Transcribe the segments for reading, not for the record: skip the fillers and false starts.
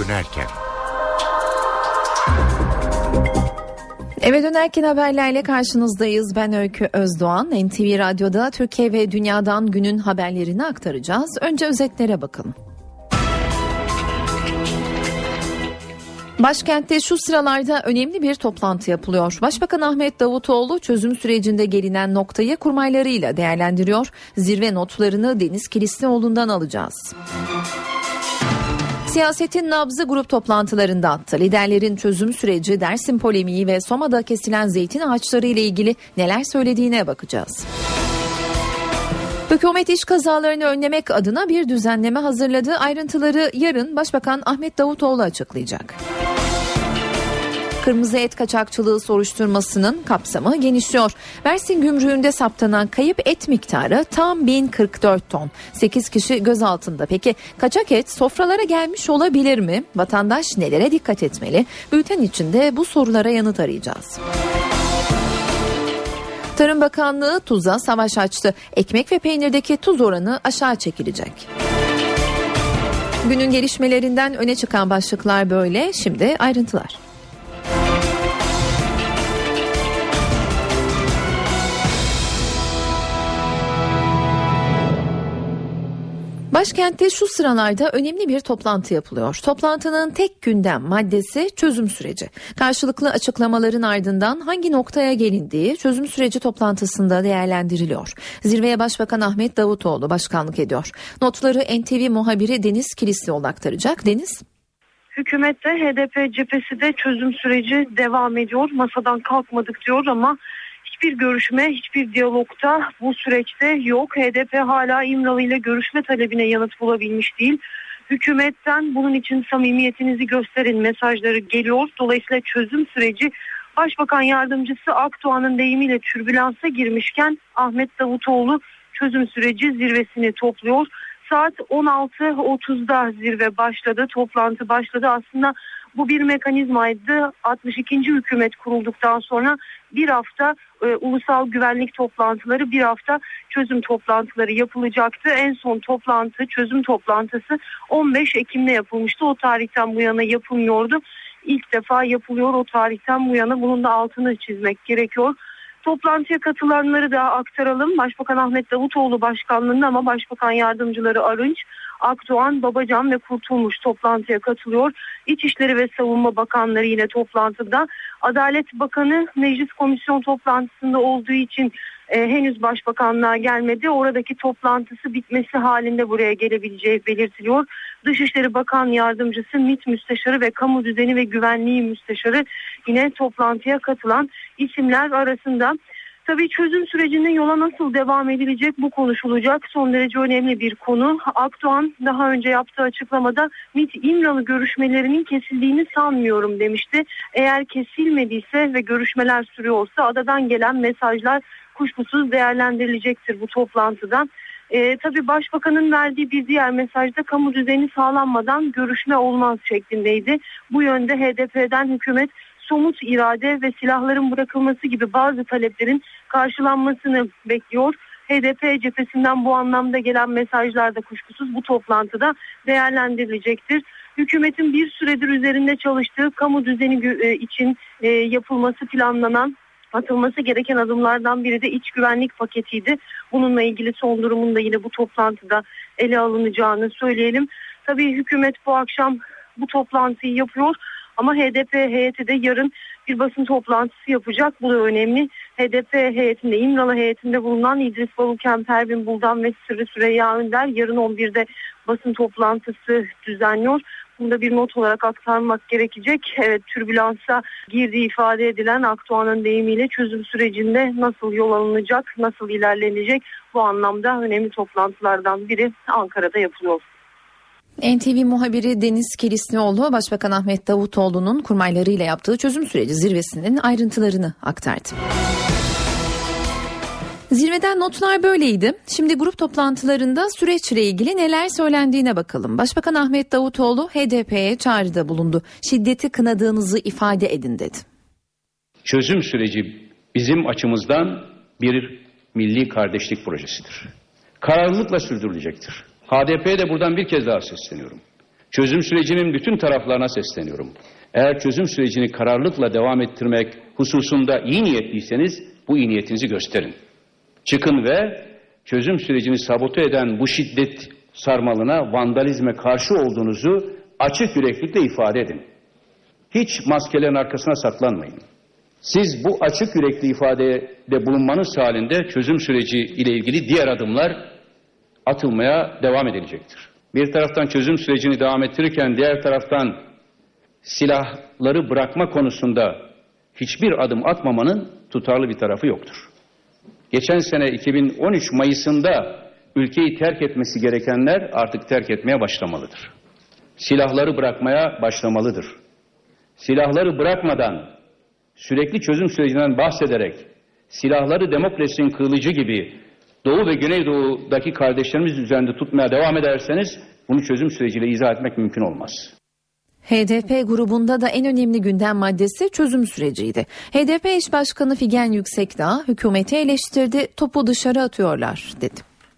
dönerken. Eve dönerken haberlerle karşınızdayız. Ben Öykü Özdoğan. NTV Radyo'da Türkiye ve dünyadan günün haberlerini aktaracağız. Önce özetlere bakalım. Başkentte şu sıralarda önemli bir toplantı yapılıyor. Başbakan Ahmet Davutoğlu çözüm sürecinde gelinen noktayı kurmaylarıyla değerlendiriyor. Zirve notlarını Deniz Kilislioğlu'ndan alacağız. Siyasetin nabzı grup toplantılarında attı. Liderlerin çözüm süreci, Dersim polemiği ve Soma'da kesilen zeytin ağaçları ile ilgili neler söylediğine bakacağız. Hükümet iş kazalarını önlemek adına bir düzenleme hazırladı. Ayrıntıları yarın Başbakan Ahmet Davutoğlu açıklayacak. Kırmızı et kaçakçılığı soruşturmasının kapsamı genişliyor. Mersin Gümrüğü'nde saptanan kayıp et miktarı tam 1044 ton. 8 kişi gözaltında. Peki kaçak et sofralara gelmiş olabilir mi? Vatandaş nelere dikkat etmeli? Bülten içinde bu sorulara yanıt arayacağız. Tarım Bakanlığı tuza savaş açtı. Ekmek ve peynirdeki tuz oranı aşağı çekilecek. Günün gelişmelerinden öne çıkan başlıklar böyle. Şimdi ayrıntılar. Başkentte şu sıralarda önemli bir toplantı yapılıyor. Toplantının tek gündem maddesi çözüm süreci. Karşılıklı açıklamaların ardından hangi noktaya gelindiği çözüm süreci toplantısında değerlendiriliyor. Zirveye Başbakan Ahmet Davutoğlu başkanlık ediyor. Notları NTV muhabiri Deniz Kilislioğlu aktaracak. Deniz. Hükümette HDP cephesi de çözüm süreci devam ediyor. Masadan kalkmadık diyor ama hiçbir görüşme, hiçbir diyalogta bu süreçte yok. HDP hala İmralı ile görüşme talebine yanıt bulabilmiş değil. Hükümetten bunun için samimiyetinizi gösterin mesajları geliyor. Dolayısıyla çözüm süreci Başbakan Yardımcısı Akdoğan'ın deyimiyle türbülansa girmişken Ahmet Davutoğlu çözüm süreci zirvesini topluyor. Saat 16.30'da zirve başladı, toplantı başladı. Aslında bu bir mekanizmaydı. 62. hükümet kurulduktan sonra bir hafta ulusal güvenlik toplantıları, bir hafta çözüm toplantıları yapılacaktı. En son toplantı, çözüm toplantısı 15 Ekim'de yapılmıştı. O tarihten bu yana yapılmıyordu. İlk defa yapılıyor o tarihten bu yana. Bunun da altını çizmek gerekiyor. Toplantıya katılanları da aktaralım. Başbakan Ahmet Davutoğlu başkanlığında ama Başbakan Yardımcıları Arınç, Akdoğan, Babacan ve Kurtulmuş toplantıya katılıyor. İçişleri ve Savunma Bakanları yine toplantıda. Adalet Bakanı meclis komisyon toplantısında olduğu için henüz başbakanlığa gelmedi. Oradaki toplantısı bitmesi halinde buraya gelebileceği belirtiliyor. Dışişleri Bakan Yardımcısı, MİT Müsteşarı ve Kamu Düzeni ve Güvenliği Müsteşarı yine toplantıya katılan isimler arasında. Tabii çözüm sürecinin yola nasıl devam edilecek bu konuşulacak. Son derece önemli bir konu. Akdoğan daha önce yaptığı açıklamada MİT İmralı görüşmelerinin kesildiğini sanmıyorum demişti. Eğer kesilmediyse ve görüşmeler sürüyorsa adadan gelen mesajlar kuşkusuz değerlendirilecektir bu toplantıda. Tabii Başbakanın verdiği bir diğer mesajda kamu düzeni sağlanmadan görüşme olmaz şeklindeydi. Bu yönde HDP'den hükümet somut irade ve silahların bırakılması gibi bazı taleplerin karşılanmasını bekliyor. HDP cephesinden bu anlamda gelen mesajlar da kuşkusuz bu toplantıda değerlendirilecektir. Hükümetin bir süredir üzerinde çalıştığı kamu düzeni için yapılması planlanan, atılması gereken adımlardan biri de iç güvenlik paketiydi. Bununla ilgili son durumun da yine bu toplantıda ele alınacağını söyleyelim. Tabii hükümet bu akşam bu toplantıyı yapıyor ama HDP heyeti de yarın bir basın toplantısı yapacak. Bu da önemli. HDP heyetinde, İmralı heyetinde bulunan İdris Baluken, Pervin Buldan ve Sırrı Süreyya Önder yarın 11'de basın toplantısı düzenliyor. Bunu da bir not olarak aktarmak gerekecek. Evet, türbülansa girdiği ifade edilen Akdoğan'ın deyimiyle çözüm sürecinde nasıl yol alınacak, nasıl ilerlenecek, bu anlamda önemli toplantılardan biri Ankara'da yapılıyor. NTV muhabiri Deniz Kilislioğlu, Başbakan Ahmet Davutoğlu'nun kurmaylarıyla yaptığı çözüm süreci zirvesinin ayrıntılarını aktardı. Zirveden notlar böyleydi. Şimdi grup toplantılarında süreçle ilgili neler söylendiğine bakalım. Başbakan Ahmet Davutoğlu HDP'ye çağrıda bulundu. Şiddeti kınadığınızı ifade edin dedi. Çözüm süreci bizim açımızdan bir milli kardeşlik projesidir. Kararlılıkla sürdürülecektir. HDP'ye de buradan bir kez daha sesleniyorum. Çözüm sürecinin bütün taraflarına sesleniyorum. Eğer çözüm sürecini kararlılıkla devam ettirmek hususunda iyi niyetliyseniz bu iyi niyetinizi gösterin. Çıkın ve çözüm sürecini sabote eden bu şiddet sarmalına, vandalizme karşı olduğunuzu açık yüreklilikle ifade edin. Hiç maskelerin arkasına saklanmayın. Siz bu açık yürekli ifadede bulunmanız halinde çözüm süreci ile ilgili diğer adımlar atılmaya devam edilecektir. Bir taraftan çözüm sürecini devam ettirirken diğer taraftan silahları bırakma konusunda hiçbir adım atmamanın tutarlı bir tarafı yoktur. Geçen sene 2013 Mayıs'ında ülkeyi terk etmesi gerekenler artık terk etmeye başlamalıdır. Silahları bırakmaya başlamalıdır. Silahları bırakmadan sürekli çözüm sürecinden bahsederek silahları demokrasinin kılıcı gibi Doğu ve Güneydoğu'daki kardeşlerimiz üzerinde tutmaya devam ederseniz bunu çözüm süreciyle izah etmek mümkün olmaz. HDP grubunda da en önemli gündem maddesi çözüm süreciydi. HDP eş başkanı Figen Yüksekdağ hükümeti eleştirdi, topu dışarı atıyorlar dedi.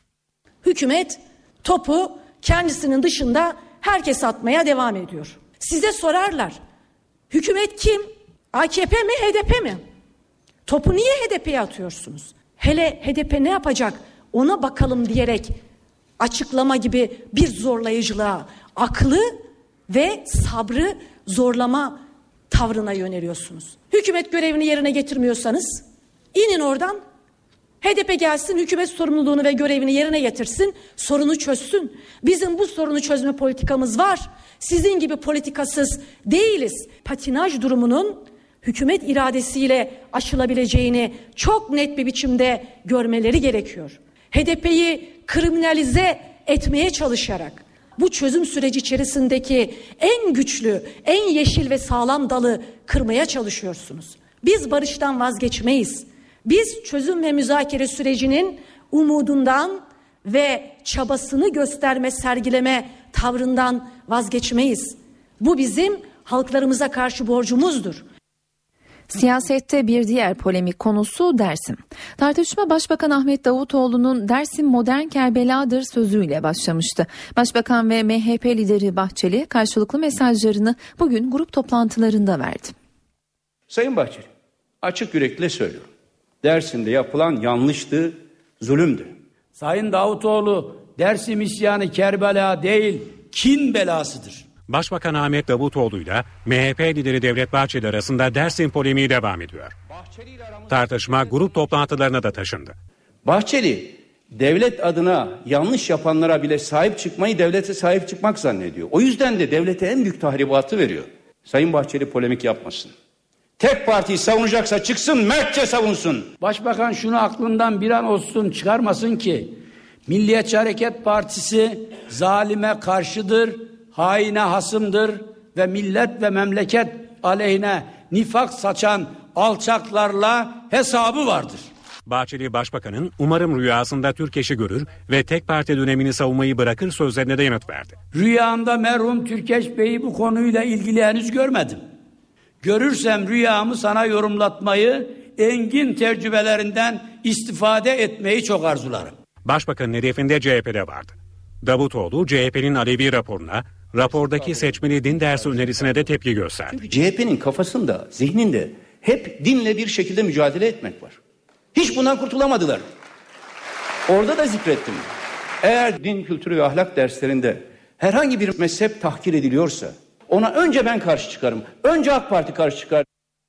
Hükümet topu kendisinin dışında herkes atmaya devam ediyor. Size sorarlar, hükümet kim? AKP mi, HDP mi? Topu niye HDP'ye atıyorsunuz? Hele HDP ne yapacak ona bakalım diyerek açıklama gibi bir zorlayıcılığa, aklı ve sabrı zorlama tavrına yöneliyorsunuz. Hükümet görevini yerine getirmiyorsanız inin oradan. HDP gelsin, hükümet sorumluluğunu ve görevini yerine getirsin, sorunu çözsün. Bizim bu sorunu çözme politikamız var. Sizin gibi politikasız değiliz. Patinaj durumunun hükümet iradesiyle aşılabileceğini çok net bir biçimde görmeleri gerekiyor. HDP'yi kriminalize etmeye çalışarak bu çözüm süreci içerisindeki en güçlü, en yeşil ve sağlam dalı kırmaya çalışıyorsunuz. Biz barıştan vazgeçmeyiz. Biz çözüm ve müzakere sürecinin umudundan ve çabasını gösterme, sergileme tavrından vazgeçmeyiz. Bu bizim halklarımıza karşı borcumuzdur. Siyasette bir diğer polemik konusu Dersim. Tartışma Başbakan Ahmet Davutoğlu'nun Dersim modern Kerbela'dır sözüyle başlamıştı. Başbakan ve MHP lideri Bahçeli karşılıklı mesajlarını bugün grup toplantılarında verdi. Sayın Bahçeli, açık yürekle söylüyorum. Dersim'de yapılan yanlıştı, zulümdü. Sayın Davutoğlu, Dersim isyanı Kerbela değil, kin belasıdır. Başbakan Ahmet Davutoğlu ile MHP lideri Devlet Bahçeli arasında Dersim polemiği devam ediyor. Tartışma grup toplantılarına da taşındı. Bahçeli, devlet adına yanlış yapanlara bile sahip çıkmayı devlete sahip çıkmak zannediyor. O yüzden de devlete en büyük tahribatı veriyor. Sayın Bahçeli polemik yapmasın. Tek partiyi savunacaksa çıksın, mertçe savunsun. Başbakan şunu aklından bir an olsun çıkarmasın ki Milliyetçi Hareket Partisi zalime karşıdır, haine hasımdır ve millet ve memleket aleyhine nifak saçan alçaklarla hesabı vardır. Bahçeli Başbakan'ın umarım rüyasında Türk eşi görür ve tek parti dönemini savunmayı bırakır sözlerine de yanıt verdi. Rüyamda merhum Türkeş Bey'i bu konuyla ilgili henüz görmedim. Görürsem rüyamı sana yorumlatmayı, engin tecrübelerinden istifade etmeyi çok arzularım. Başbakanın hedefinde CHP'de vardı. Davutoğlu CHP'nin Alevi raporuna, rapordaki seçmeli din dersi önerisine de tepki gösterdi. Çünkü CHP'nin kafasında, zihninde hep dinle bir şekilde mücadele etmek var. Hiç bundan kurtulamadılar. Orada da zikrettim. Eğer din kültürü ve ahlak derslerinde herhangi bir mezhep tahkir ediliyorsa ona önce ben karşı çıkarım. Önce AK Parti karşı çıkar.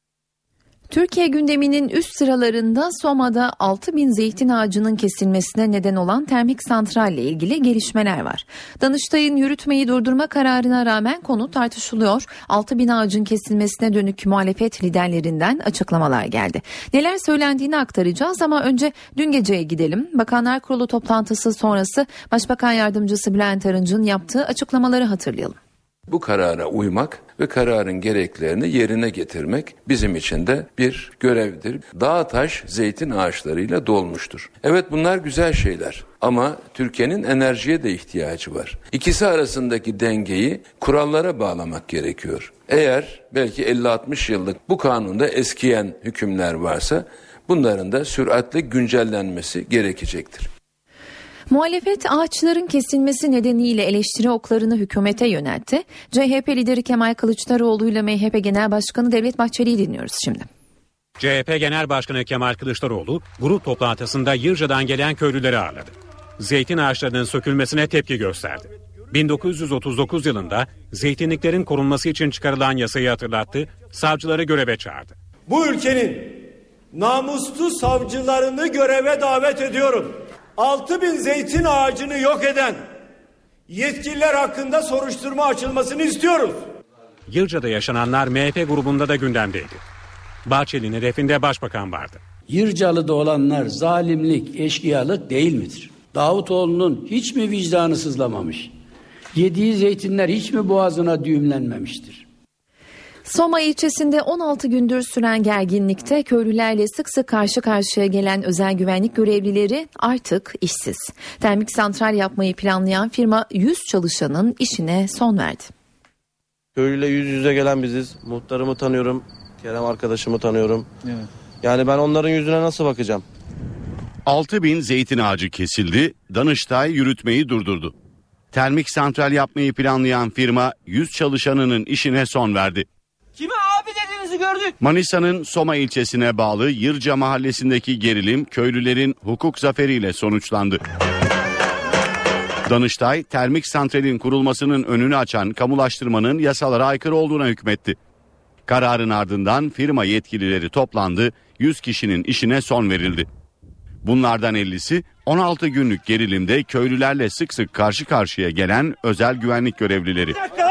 Türkiye gündeminin üst sıralarında Soma'da 6.000 zeytin ağacının kesilmesine neden olan termik santralle ilgili gelişmeler var. Danıştay'ın yürütmeyi durdurma kararına rağmen konu tartışılıyor. 6.000 ağacın kesilmesine dönük muhalefet liderlerinden açıklamalar geldi. Neler söylendiğini aktaracağız ama önce dün geceye gidelim. Bakanlar Kurulu toplantısı sonrası Başbakan Yardımcısı Bülent Arınç'ın yaptığı açıklamaları hatırlayalım. Bu karara uymak ve kararın gereklerini yerine getirmek bizim için de bir görevdir. Dağ taş zeytin ağaçlarıyla dolmuştur. Evet, bunlar güzel şeyler ama Türkiye'nin enerjiye de ihtiyacı var. İkisi arasındaki dengeyi kurallara bağlamak gerekiyor. Eğer belki 50-60 yıllık bu kanunda eskiyen hükümler varsa bunların da süratle güncellenmesi gerekecektir. Muhalefet ağaçların kesilmesi nedeniyle eleştiri oklarını hükümete yöneltti. CHP lideri Kemal Kılıçdaroğlu ile MHP Genel Başkanı Devlet Bahçeli'yi dinliyoruz şimdi. CHP Genel Başkanı Kemal Kılıçdaroğlu grup toplantısında Yırca'dan gelen köylüleri ağırladı. Zeytin ağaçlarının sökülmesine tepki gösterdi. 1939 yılında zeytinliklerin korunması için çıkarılan yasayı hatırlattı, savcıları göreve çağırdı. Bu ülkenin namuslu savcılarını göreve davet ediyorum. 6.000 zeytin ağacını yok eden yetkililer hakkında soruşturma açılmasını istiyoruz. Yırca'da yaşananlar MHP grubunda da gündemdeydi. Bahçeli'nin hedefinde başbakan vardı. Yırcalı'da olanlar zalimlik, eşkıyalık değil midir? Davutoğlu'nun hiç mi vicdanı sızlamamış? Yediği zeytinler hiç mi boğazına düğümlenmemiştir? Soma ilçesinde 16 gündür süren gerginlikte köylülerle sık sık karşı karşıya gelen özel güvenlik görevlileri artık işsiz. Termik santral yapmayı planlayan firma 100 çalışanın işine son verdi. Köylüyle yüz yüze gelen biziz. Muhtarımı tanıyorum, Kerem arkadaşımı tanıyorum. Evet. Yani ben onların yüzüne nasıl bakacağım? 6.000 zeytin ağacı kesildi, Danıştay yürütmeyi durdurdu. Termik santral yapmayı planlayan firma 100 çalışanının işine son verdi. Kime abi dediğinizi gördük. Manisa'nın Soma ilçesine bağlı Yırca mahallesindeki gerilim köylülerin hukuk zaferiyle sonuçlandı. Danıştay, termik santralin kurulmasının önünü açan kamulaştırmanın yasalara aykırı olduğuna hükmetti. Kararın ardından firma yetkilileri toplandı, 100 kişinin işine son verildi. Bunlardan 50'si 16 günlük gerilimde köylülerle sık sık karşı karşıya gelen özel güvenlik görevlileri.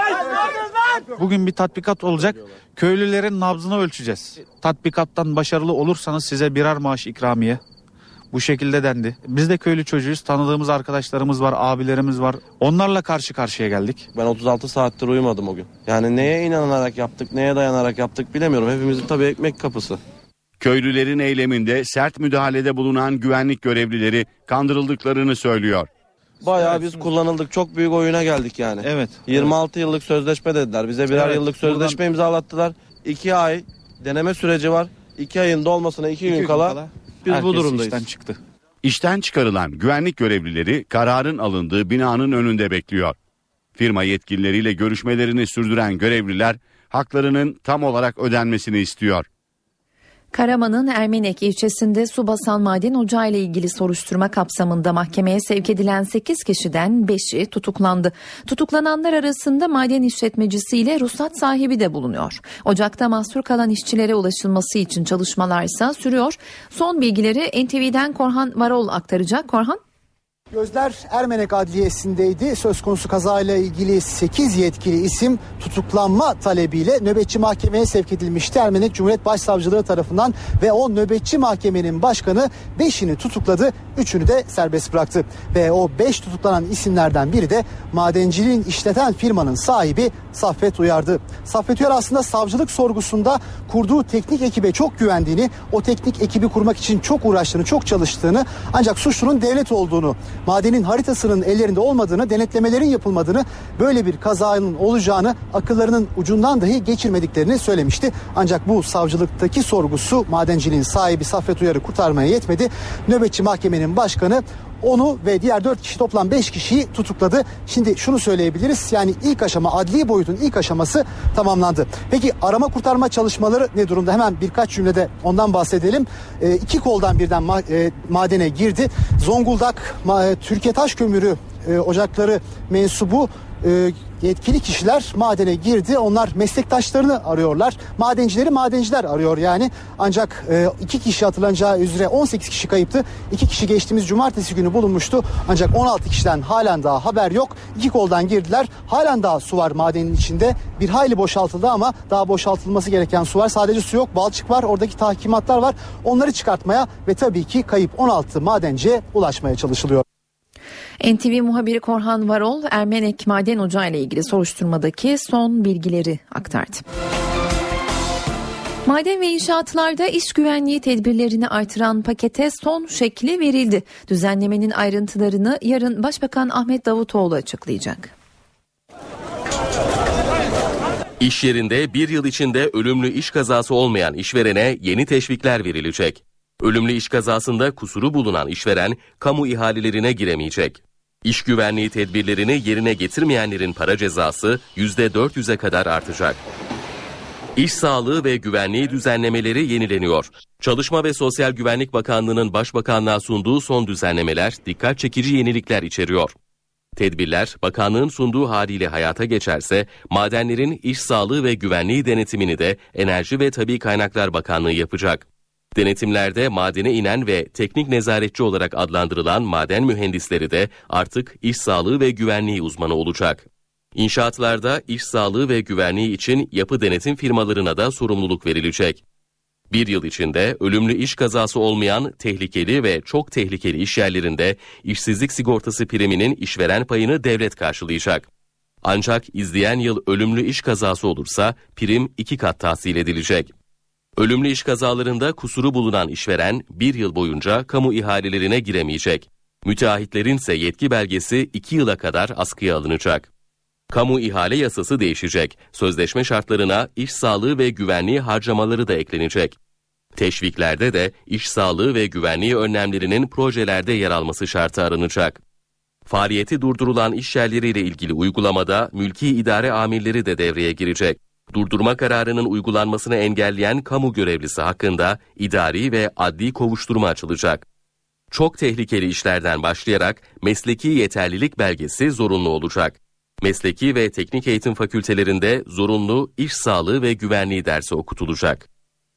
Bugün bir tatbikat olacak. Köylülerin nabzını ölçeceğiz. Tatbikattan başarılı olursanız size birer maaş ikramiye. Bu şekilde dendi. Biz de köylü çocuğuyuz. Tanıdığımız arkadaşlarımız var, abilerimiz var. Onlarla karşı karşıya geldik. Ben 36 saattir uyumadım o gün. Yani neye inanarak yaptık, neye dayanarak yaptık bilemiyorum. Hepimizin tabii ekmek kapısı. Köylülerin eyleminde sert müdahalede bulunan güvenlik görevlileri kandırıldıklarını söylüyor. Bayağı biz kullanıldık. Çok büyük oyuna geldik yani. Evet. 26 yıllık sözleşme dediler. Bize birer yıllık sözleşme imzalattılar. 2 ay deneme süreci var. 2 ayın dolmasına 2 gün kala biz bu durumdayız. İşten çıktı. İşten çıkarılan güvenlik görevlileri kararın alındığı binanın önünde bekliyor. Firma yetkilileriyle görüşmelerini sürdüren görevliler haklarının tam olarak ödenmesini istiyor. Karaman'ın Ermenek ilçesinde su basan maden ocağı ile ilgili soruşturma kapsamında mahkemeye sevk edilen 8 kişiden 5'i tutuklandı. Tutuklananlar arasında maden işletmecisiyle ruhsat sahibi de bulunuyor. Ocakta mahsur kalan işçilere ulaşılması için çalışmalar ise sürüyor. Son bilgileri NTV'den Korhan Varol aktaracak. Korhan. Gözler Ermenek Adliyesi'ndeydi. Söz konusu kazayla ilgili 8 yetkili isim tutuklanma talebiyle nöbetçi mahkemeye sevk edilmişti. Ermenek Cumhuriyet Başsavcılığı tarafından ve o nöbetçi mahkemenin başkanı 5'ini tutukladı, 3'ünü de serbest bıraktı. Ve o 5 tutuklanan isimlerden biri de madenciliğin işleten firmanın sahibi Saffet Uyar'dı. Saffet Uyar aslında savcılık sorgusunda kurduğu teknik ekibe çok güvendiğini, o teknik ekibi kurmak için çok uğraştığını, çok çalıştığını, ancak suçlunun devlet olduğunu, madenin haritasının ellerinde olmadığını, denetlemelerin yapılmadığını, böyle bir kazanın olacağını akıllarının ucundan dahi geçirmediklerini söylemişti. Ancak bu savcılıktaki sorgusu madenciliğin sahibi Saffet Uyar'ı kurtarmaya yetmedi. Nöbetçi mahkemenin başkanı onu ve diğer 4 kişi, toplam 5 kişiyi tutukladı. Şimdi şunu söyleyebiliriz, yani ilk aşama, adli boyutun ilk aşaması tamamlandı. Peki arama kurtarma çalışmaları ne durumda? Hemen birkaç cümlede ondan bahsedelim. 2 koldan birden madene girdi. Zonguldak Türkiye Taş Kömürü ocakları mensubu yetkili kişiler madene girdi. Onlar meslektaşlarını arıyorlar. Madenciler arıyor yani. Ancak 2 kişi, hatırlanacağı üzere 18 kişi kayıptı. 2 kişi geçtiğimiz cumartesi günü bulunmuştu. Ancak 16 kişiden halen daha haber yok. 2 koldan girdiler. Halen daha su var madenin içinde. Bir hayli boşaltıldı ama daha boşaltılması gereken su var. Sadece su yok, balçık var. Oradaki tahkimatlar var. Onları çıkartmaya ve tabii ki kayıp 16 madenciye ulaşmaya çalışılıyor. NTV muhabiri Korhan Varol, Ermenek Maden Ocağı ile ilgili soruşturmadaki son bilgileri aktardı. Maden ve inşaatlarda iş güvenliği tedbirlerini artıran pakete son şekli verildi. Düzenlemenin ayrıntılarını yarın Başbakan Ahmet Davutoğlu açıklayacak. İş yerinde bir yıl içinde ölümlü iş kazası olmayan işverene yeni teşvikler verilecek. Ölümlü iş kazasında kusuru bulunan işveren kamu ihalelerine giremeyecek. İş güvenliği tedbirlerini yerine getirmeyenlerin para cezası %400'e kadar artacak. İş sağlığı ve güvenliği düzenlemeleri yenileniyor. Çalışma ve Sosyal Güvenlik Bakanlığı'nın Başbakanlığa sunduğu son düzenlemeler dikkat çekici yenilikler içeriyor. Tedbirler bakanlığın sunduğu haliyle hayata geçerse madenlerin iş sağlığı ve güvenliği denetimini de Enerji ve Tabii Kaynaklar Bakanlığı yapacak. Denetimlerde madene inen ve teknik nezaretçi olarak adlandırılan maden mühendisleri de artık iş sağlığı ve güvenliği uzmanı olacak. İnşaatlarda iş sağlığı ve güvenliği için yapı denetim firmalarına da sorumluluk verilecek. Bir yıl içinde ölümlü iş kazası olmayan tehlikeli ve çok tehlikeli iş yerlerinde işsizlik sigortası priminin işveren payını devlet karşılayacak. Ancak izleyen yıl ölümlü iş kazası olursa prim 2 kat tahsil edilecek. Ölümlü iş kazalarında kusuru bulunan işveren 1 yıl boyunca kamu ihalelerine giremeyecek. Müteahhitlerin ise yetki belgesi 2 yıla kadar askıya alınacak. Kamu ihale yasası değişecek. Sözleşme şartlarına iş sağlığı ve güvenliği harcamaları da eklenecek. Teşviklerde de iş sağlığı ve güvenliği önlemlerinin projelerde yer alması şartı aranacak. Faaliyeti durdurulan iş yerleriyle ilgili uygulamada mülki idare amirleri de devreye girecek. Durdurma kararının uygulanmasını engelleyen kamu görevlisi hakkında idari ve adli kovuşturma açılacak. Çok tehlikeli işlerden başlayarak mesleki yeterlilik belgesi zorunlu olacak. Mesleki ve teknik eğitim fakültelerinde zorunlu iş sağlığı ve güvenliği dersi okutulacak.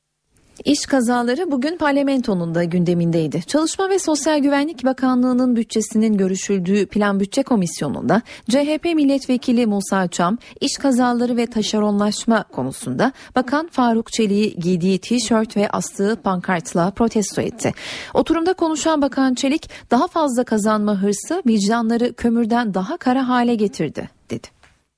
İş kazaları bugün parlamentonun da gündemindeydi. Çalışma ve Sosyal Güvenlik Bakanlığı'nın bütçesinin görüşüldüğü Plan Bütçe Komisyonu'nda CHP milletvekili Musa Çam, iş kazaları ve taşeronlaşma konusunda Bakan Faruk Çelik'i giydiği tişört ve astığı pankartla protesto etti. Oturumda konuşan Bakan Çelik, daha fazla kazanma hırsı vicdanları kömürden daha kara hale getirdi, dedi.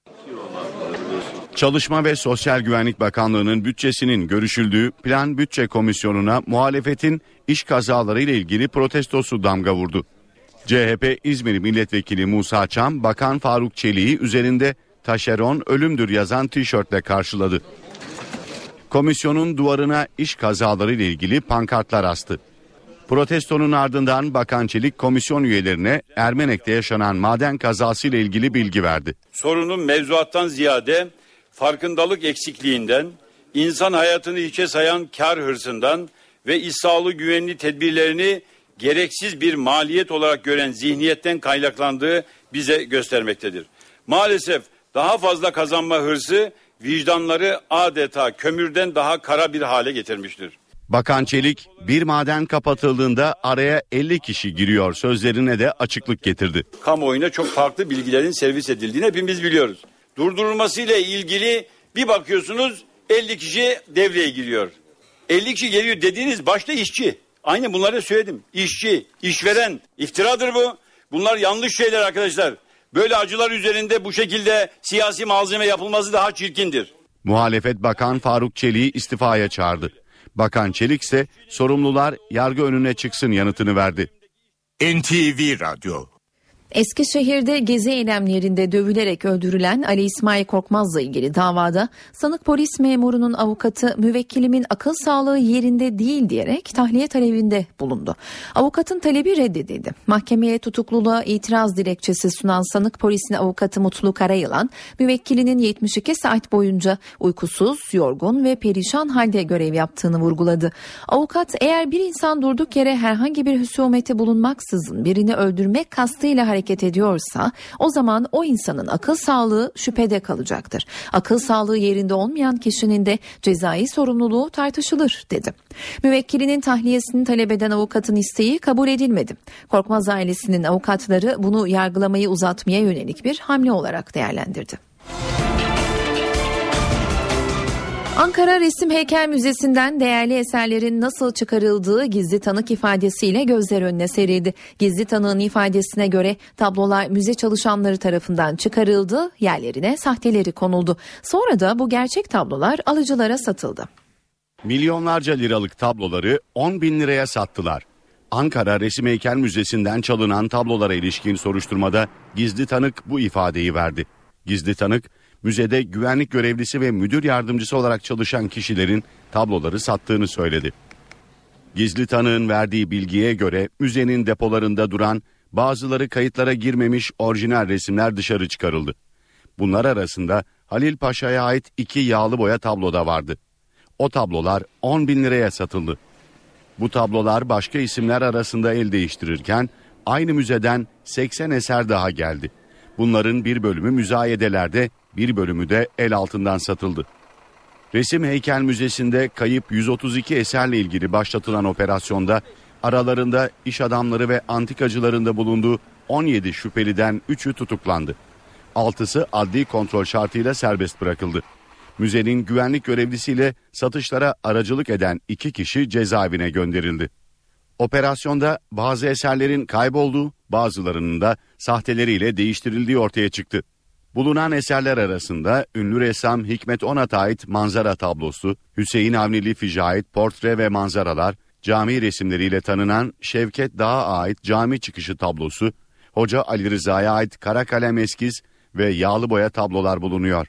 Çalışma ve Sosyal Güvenlik Bakanlığı'nın bütçesinin görüşüldüğü Plan Bütçe Komisyonu'na muhalefetin iş kazaları ile ilgili protestosu damga vurdu. CHP İzmir Milletvekili Musa Çam, Bakan Faruk Çelik'i üzerinde "taşeron ölümdür" yazan tişörtle karşıladı. Komisyonun duvarına iş kazaları ile ilgili pankartlar astı. Protestonun ardından Bakan Çelik komisyon üyelerine Ermenek'te yaşanan maden kazası ile ilgili bilgi verdi. Sorunun mevzuattan ziyade farkındalık eksikliğinden, insan hayatını hiçe sayan kar hırsından ve iş sağlığı güvenliği tedbirlerini gereksiz bir maliyet olarak gören zihniyetten kaynaklandığı bize göstermektedir. Maalesef daha fazla kazanma hırsı vicdanları adeta kömürden daha kara bir hale getirmiştir. Bakan Çelik, bir maden kapatıldığında araya 50 kişi giriyor sözlerine de açıklık getirdi. Kamuoyuna çok farklı bilgilerin servis edildiğini hepimiz biliyoruz. Durdurulmasıyla ilgili bir bakıyorsunuz 50 kişi devreye giriyor. 50 kişi geliyor dediğiniz başta işçi. Aynı bunları söyledim. İşçi, işveren, iftiradır bu. Bunlar yanlış şeyler arkadaşlar. Böyle acılar üzerinde bu şekilde siyasi malzeme yapılması daha çirkindir. Muhalefet Bakan Faruk Çelik'i istifaya çağırdı. Bakan Çelik ise sorumlular yargı önüne çıksın yanıtını verdi. NTV Radyo. Eskişehir'de gezi eylemlerinde dövülerek öldürülen Ali İsmail Korkmaz'la ilgili davada sanık polis memurunun avukatı müvekkilimin akıl sağlığı yerinde değil diyerek tahliye talebinde bulundu. Avukatın talebi reddedildi. Mahkemeye tutukluluğa itiraz dilekçesi sunan sanık polisin avukatı Mutlu Karayılan, müvekkilinin 72 saat boyunca uykusuz, yorgun ve perişan halde görev yaptığını vurguladı. Avukat, eğer bir insan durduk yere herhangi bir husumeti bulunmaksızın birini öldürmek kastıyla hareket ediyorsa o zaman o insanın akıl sağlığı şüphede kalacaktır. Akıl sağlığı yerinde olmayan kişinin de cezai sorumluluğu tartışılır dedi. Müvekkilinin tahliyesini talep eden avukatın isteği kabul edilmedi. Korkmaz ailesinin avukatları bunu yargılamayı uzatmaya yönelik bir hamle olarak değerlendirdi. Ankara Resim Heykel Müzesi'nden değerli eserlerin nasıl çıkarıldığı gizli tanık ifadesiyle gözler önüne serildi. Gizli tanığın ifadesine göre tablolar müze çalışanları tarafından çıkarıldı, yerlerine sahteleri konuldu. Sonra da bu gerçek tablolar alıcılara satıldı. Milyonlarca liralık tabloları 10 bin liraya sattılar. Ankara Resim Heykel Müzesi'nden çalınan tablolara ilişkin soruşturmada gizli tanık bu ifadeyi verdi. Gizli tanık, müzede güvenlik görevlisi ve müdür yardımcısı olarak çalışan kişilerin tabloları sattığını söyledi. Gizli tanığın verdiği bilgiye göre müzenin depolarında duran bazıları kayıtlara girmemiş orijinal resimler dışarı çıkarıldı. Bunlar arasında Halil Paşa'ya ait 2 yağlı boya tablo da vardı. O tablolar 10.000 liraya satıldı. Bu tablolar başka isimler arasında el değiştirirken aynı müzeden 80 eser daha geldi. Bunların bir bölümü müzayedelerde, bir bölümü de el altından satıldı. Resim Heykel Müzesi'nde kayıp 132 eserle ilgili başlatılan operasyonda aralarında iş adamları ve antikacıların da bulunduğu 17 şüpheliden 3'ü tutuklandı. 6'sı adli kontrol şartıyla serbest bırakıldı. Müzenin güvenlik görevlisiyle satışlara aracılık eden 2 kişi cezaevine gönderildi. Operasyonda bazı eserlerin kaybolduğu, bazılarının da sahteleriyle değiştirildiği ortaya çıktı. Bulunan eserler arasında ünlü ressam Hikmet Onat'a ait manzara tablosu, Hüseyin Avni Liffi'ye ait portre ve manzaralar, cami resimleriyle tanınan Şevket Dağ'a ait cami çıkışı tablosu, Hoca Ali Rıza'ya ait kara kalem eskiz ve yağlı boya tablolar bulunuyor.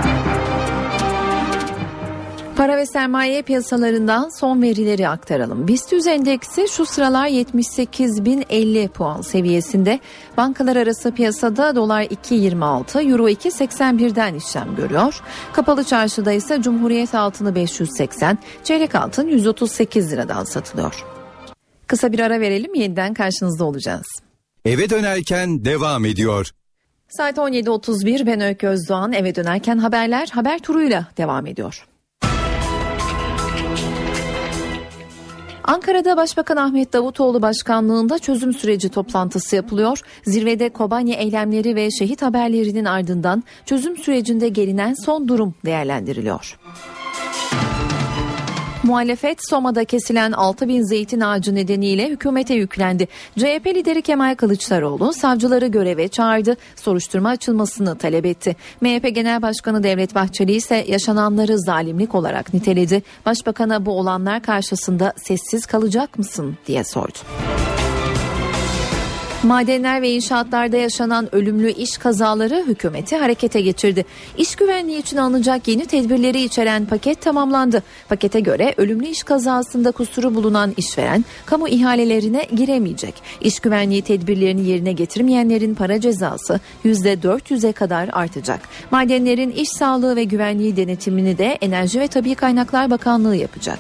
Para ve sermaye piyasalarından son verileri aktaralım. BIST endeksi şu sıralar 78.050 puan seviyesinde. Bankalar arası piyasada dolar 2.26, euro 2.81'den işlem görüyor. Kapalı çarşıda ise Cumhuriyet altını 580, çeyrek altın 138 liradan satılıyor. Kısa bir ara verelim, yeniden karşınızda olacağız. Eve dönerken devam ediyor. Saat 17.31, ben Öykü Özdoğan. Eve dönerken haberler haber turuyla devam ediyor. Ankara'da Başbakan Ahmet Davutoğlu başkanlığında çözüm süreci toplantısı yapılıyor. Zirvede Kobani eylemleri ve şehit haberlerinin ardından çözüm sürecinde gelinen son durum değerlendiriliyor. Muhalefet Soma'da kesilen 6.000 zeytin ağacı nedeniyle hükümete yüklendi. CHP lideri Kemal Kılıçdaroğlu savcıları göreve çağırdı, soruşturma açılmasını talep etti. MHP Genel Başkanı Devlet Bahçeli ise yaşananları zalimlik olarak niteledi. Başbakan'a bu olanlar karşısında sessiz kalacak mısın diye sordu. Madenler ve inşaatlarda yaşanan ölümlü iş kazaları hükümeti harekete geçirdi. İş güvenliği için alınacak yeni tedbirleri içeren paket tamamlandı. Pakete göre ölümlü iş kazasında kusuru bulunan işveren kamu ihalelerine giremeyecek. İş güvenliği tedbirlerini yerine getirmeyenlerin para cezası %400'e kadar artacak. Madenlerin iş sağlığı ve güvenliği denetimini de Enerji ve Tabii Kaynaklar Bakanlığı yapacak.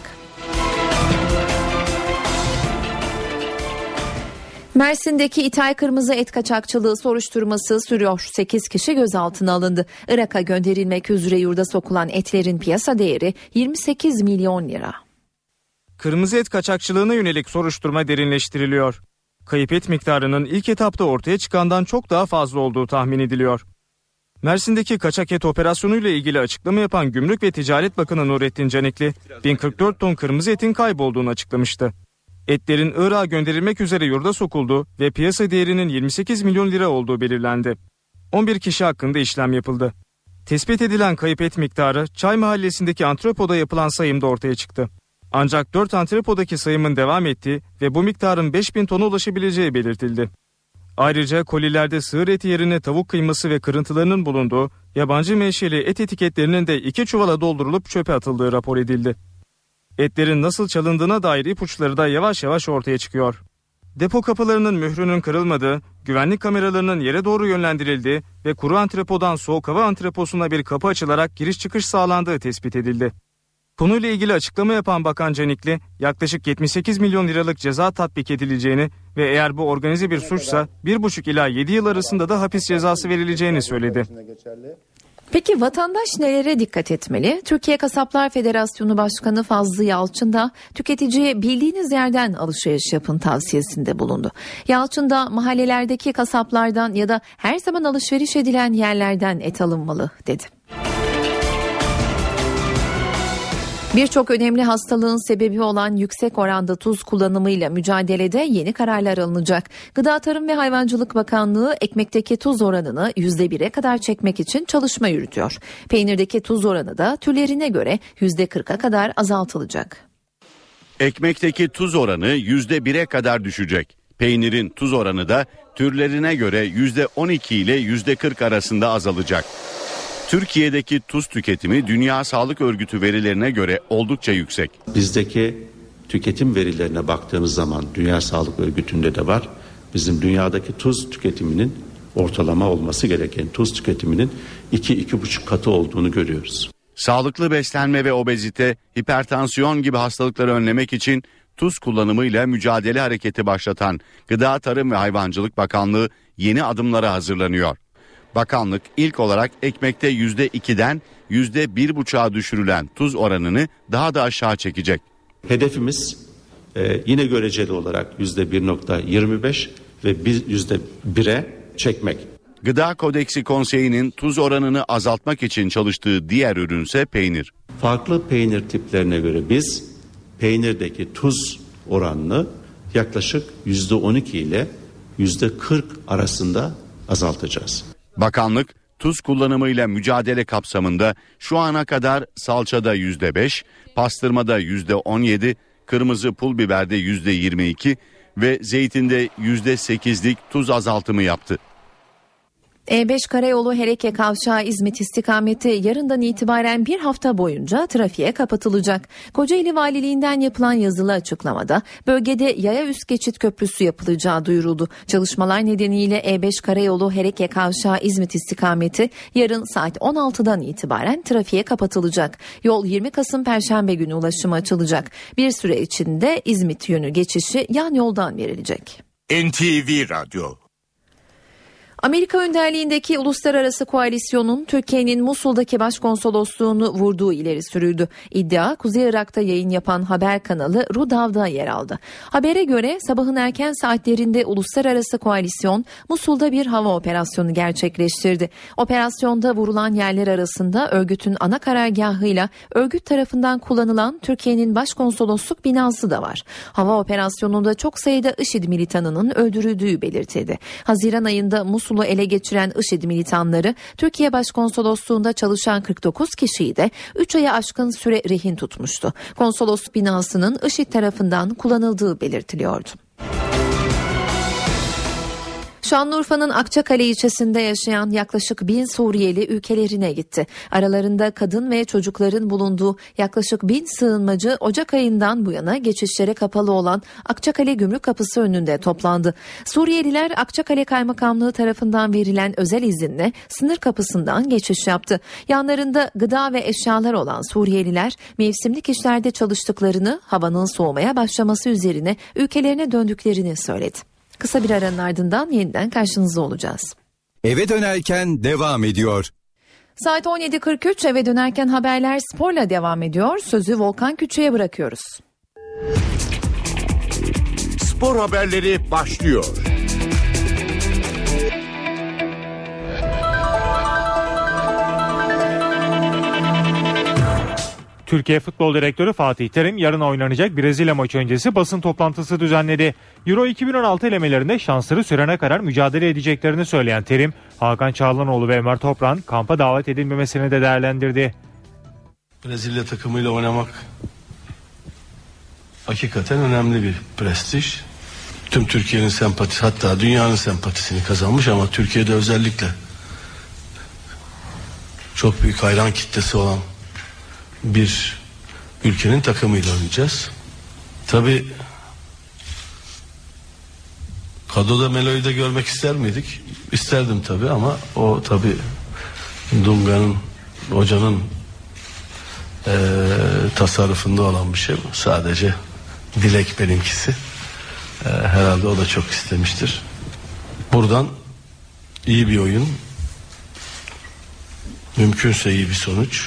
Mersin'deki ithal kırmızı et kaçakçılığı soruşturması sürüyor. 8 kişi gözaltına alındı. Irak'a gönderilmek üzere yurda sokulan etlerin piyasa değeri 28 milyon lira. Kırmızı et kaçakçılığına yönelik soruşturma derinleştiriliyor. Kayıp et miktarının ilk etapta ortaya çıkandan çok daha fazla olduğu tahmin ediliyor. Mersin'deki kaçak et operasyonuyla ilgili açıklama yapan Gümrük ve Ticaret Bakanı Nurettin Canikli, 1044 ton kırmızı etin kaybolduğunu açıklamıştı. Etlerin Irak'a gönderilmek üzere yurda sokuldu ve piyasa değerinin 28 milyon lira olduğu belirlendi. 11 kişi hakkında işlem yapıldı. Tespit edilen kayıp et miktarı Çay Mahallesi'ndeki antrepoda yapılan sayımda ortaya çıktı. Ancak 4 antrepodaki sayımın devam ettiği ve bu miktarın 5000 tona ulaşabileceği belirtildi. Ayrıca kolilerde sığır eti yerine tavuk kıyması ve kırıntılarının bulunduğu yabancı menşeli et etiketlerinin de 2 çuvala doldurulup çöpe atıldığı rapor edildi. Etlerin nasıl çalındığına dair ipuçları da yavaş yavaş ortaya çıkıyor. Depo kapılarının mührünün kırılmadığı, güvenlik kameralarının yere doğru yönlendirildiği ve kuru antrepodan soğuk hava antreposuna bir kapı açılarak giriş çıkış sağlandığı tespit edildi. Konuyla ilgili açıklama yapan Bakan Canikli, yaklaşık 78 milyon liralık ceza tatbik edileceğini ve eğer bu organize bir suçsa 1,5 ila 7 yıl arasında da hapis cezası verileceğini söyledi. Peki vatandaş nelere dikkat etmeli? Türkiye Kasaplar Federasyonu Başkanı Fazlı Yalçın da tüketiciye bildiğiniz yerden alışveriş yapın tavsiyesinde bulundu. Yalçın da mahallelerdeki kasaplardan ya da her zaman alışveriş edilen yerlerden et alınmalı dedi. Birçok önemli hastalığın sebebi olan yüksek oranda tuz kullanımıyla mücadelede yeni kararlar alınacak. Gıda Tarım ve Hayvancılık Bakanlığı ekmekteki tuz oranını %1'e kadar çekmek için çalışma yürütüyor. Peynirdeki tuz oranı da türlerine göre %40'a kadar azaltılacak. Ekmekteki tuz oranı %1'e kadar düşecek. Peynirin tuz oranı da türlerine göre %12 ile %40 arasında azalacak. Türkiye'deki tuz tüketimi Dünya Sağlık Örgütü verilerine göre oldukça yüksek. Bizdeki tüketim verilerine baktığınız zaman Dünya Sağlık Örgütü'nde de var. Bizim dünyadaki tuz tüketiminin ortalama olması gereken tuz tüketiminin 2-2,5 katı olduğunu görüyoruz. Sağlıklı beslenme ve obezite, hipertansiyon gibi hastalıkları önlemek için tuz kullanımıyla mücadele hareketi başlatan Gıda, Tarım ve Hayvancılık Bakanlığı yeni adımlara hazırlanıyor. Bakanlık ilk olarak ekmekte %2'den %1,5'a düşürülen tuz oranını daha da aşağı çekecek. Hedefimiz yine göreceli olarak %1,25 ve %1'e çekmek. Gıda Kodeksi Konseyi'nin tuz oranını azaltmak için çalıştığı diğer ürünse peynir. Farklı peynir tiplerine göre biz peynirdeki tuz oranını yaklaşık %12 ile %40 arasında azaltacağız. Bakanlık tuz kullanımıyla mücadele kapsamında şu ana kadar salçada %5, pastırmada %17, kırmızı pul biberde %22 ve zeytinde %8'lik tuz azaltımı yaptı. E5 Karayolu Hereke Kavşağı İzmit istikameti yarından itibaren bir hafta boyunca trafiğe kapatılacak. Kocaeli Valiliğinden yapılan yazılı açıklamada bölgede yaya üst geçit köprüsü yapılacağı duyuruldu. Çalışmalar nedeniyle E5 Karayolu Hereke Kavşağı İzmit istikameti yarın saat 16'dan itibaren trafiğe kapatılacak. Yol 20 Kasım Perşembe günü ulaşıma açılacak. Bir süre içinde İzmit yönü geçişi yan yoldan verilecek. NTV Radyo. Amerika önderliğindeki uluslararası koalisyonun Türkiye'nin Musul'daki başkonsolosluğunu vurduğu ileri sürüldü. İddia Kuzey Irak'ta yayın yapan haber kanalı Rudav'da yer aldı. Habere göre sabahın erken saatlerinde uluslararası koalisyon Musul'da bir hava operasyonu gerçekleştirdi. Operasyonda vurulan yerler arasında örgütün ana karargahıyla örgüt tarafından kullanılan Türkiye'nin başkonsolosluk binası da var. Hava operasyonunda çok sayıda IŞİD militanının öldürüldüğü belirtildi. Haziran ayında Musul'u ele geçiren IŞİD militanları Türkiye Başkonsolosluğunda çalışan 49 kişiyi de 3 aya aşkın süre rehin tutmuştu. Konsolosluk binasının IŞİD tarafından kullanıldığı belirtiliyordu. Şanlıurfa'nın Akçakale ilçesinde yaşayan yaklaşık 1000 Suriyeli ülkelerine gitti. Aralarında kadın ve çocukların bulunduğu yaklaşık 1000 sığınmacı Ocak ayından bu yana geçişlere kapalı olan Akçakale Gümrük Kapısı önünde toplandı. Suriyeliler Akçakale Kaymakamlığı tarafından verilen özel izinle sınır kapısından geçiş yaptı. Yanlarında gıda ve eşyalar olan Suriyeliler mevsimlik işlerde çalıştıklarını, havanın soğumaya başlaması üzerine ülkelerine döndüklerini söyledi. Kısa bir aranın ardından yeniden karşınızda olacağız. Eve dönerken devam ediyor. Saat 17.43 eve dönerken haberler sporla devam ediyor. Sözü Volkan Küçük'e bırakıyoruz. Spor haberleri başlıyor. Türkiye Futbol Direktörü Fatih Terim yarın oynanacak Brezilya maçı öncesi basın toplantısı düzenledi. Euro 2016 elemelerinde şansları sürene kadar mücadele edeceklerini söyleyen Terim, Hakan Çağlanoğlu ve Ömer Toprak'ın kampa davet edilmemesini de değerlendirdi. Brezilya takımıyla oynamak hakikaten önemli bir prestij. Tüm Türkiye'nin sempatisi, hatta dünyanın sempatisini kazanmış ama Türkiye'de özellikle çok büyük hayran kitlesi olan bir ülkenin takımıyla oynayacağız. Tabii kadroda Melo'yu da görmek ister miydik? İsterdim tabii ama o tabii Dunga'nın, hocanın tasarrufunda olan bir şey. Sadece dilek benimkisi. Herhalde o da çok istemiştir. Buradan iyi bir oyun, mümkünse iyi bir sonuç,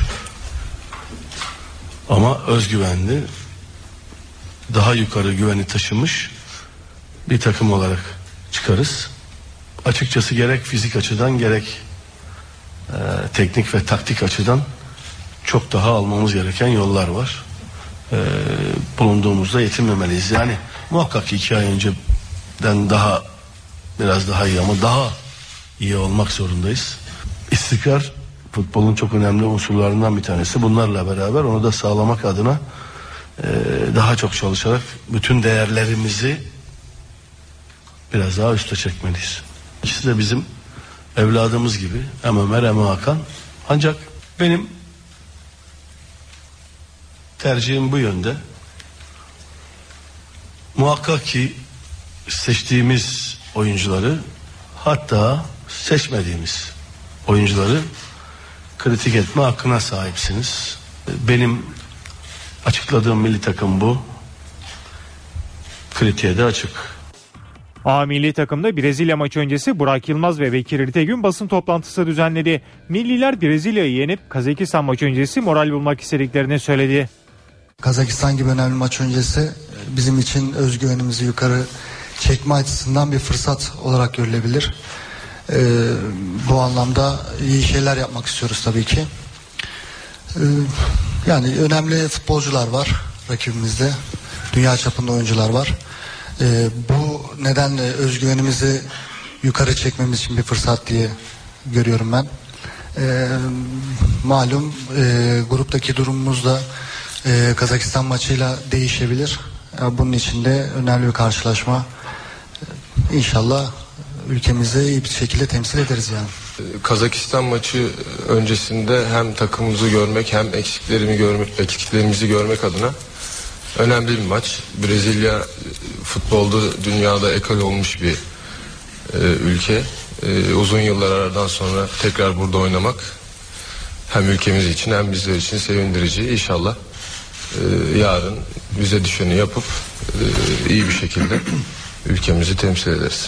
ama özgüvenli, daha yukarı güveni taşımış bir takım olarak çıkarız. Açıkçası gerek fizik açıdan gerek teknik ve taktik açıdan çok daha almamız gereken yollar var. Bulunduğumuzda yetinmemeliyiz. Yani muhakkak 2 ay önceden biraz daha iyi ama daha iyi olmak zorundayız. İstikrar futbolun çok önemli unsurlarından bir tanesi. Bunlarla beraber onu da sağlamak adına daha çok çalışarak bütün değerlerimizi biraz daha üste çekmeliyiz. İkisi de bizim evladımız gibi, hem Ömer hem Hakan. Ancak benim tercihim bu yönde. Muhakkak ki seçtiğimiz oyuncuları, hatta seçmediğimiz oyuncuları kritik etme hakkına sahipsiniz. Benim açıkladığım milli takım bu. Kritiğe de açık. A milli takımda Brezilya maçı öncesi Burak Yılmaz ve Bekir İrtegün basın toplantısı düzenledi. Milliler Brezilya'yı yenip Kazakistan maçı öncesi moral bulmak istediklerini söyledi. Kazakistan gibi önemli maç öncesi bizim için özgüvenimizi yukarı çekme açısından bir fırsat olarak görülebilir. Bu anlamda iyi şeyler yapmak istiyoruz tabii ki. Yani önemli futbolcular var rakibimizde. Dünya çapında oyuncular var. Bu nedenle özgüvenimizi yukarı çekmemiz için bir fırsat diye görüyorum ben. Malum gruptaki durumumuz da Kazakistan maçıyla değişebilir. Bunun için de önemli bir karşılaşma. İnşallah ülkemizi iyi bir şekilde temsil ederiz yani. Kazakistan maçı öncesinde hem takımımızı görmek hem eksiklerimizi görmek adına önemli bir maç. Brezilya futbolda dünyada ekol olmuş bir ülke. Uzun yıllar aradan sonra tekrar burada oynamak hem ülkemiz için hem bizler için sevindirici. İnşallah yarın bize düşeni yapıp iyi bir şekilde ülkemizi temsil ederiz.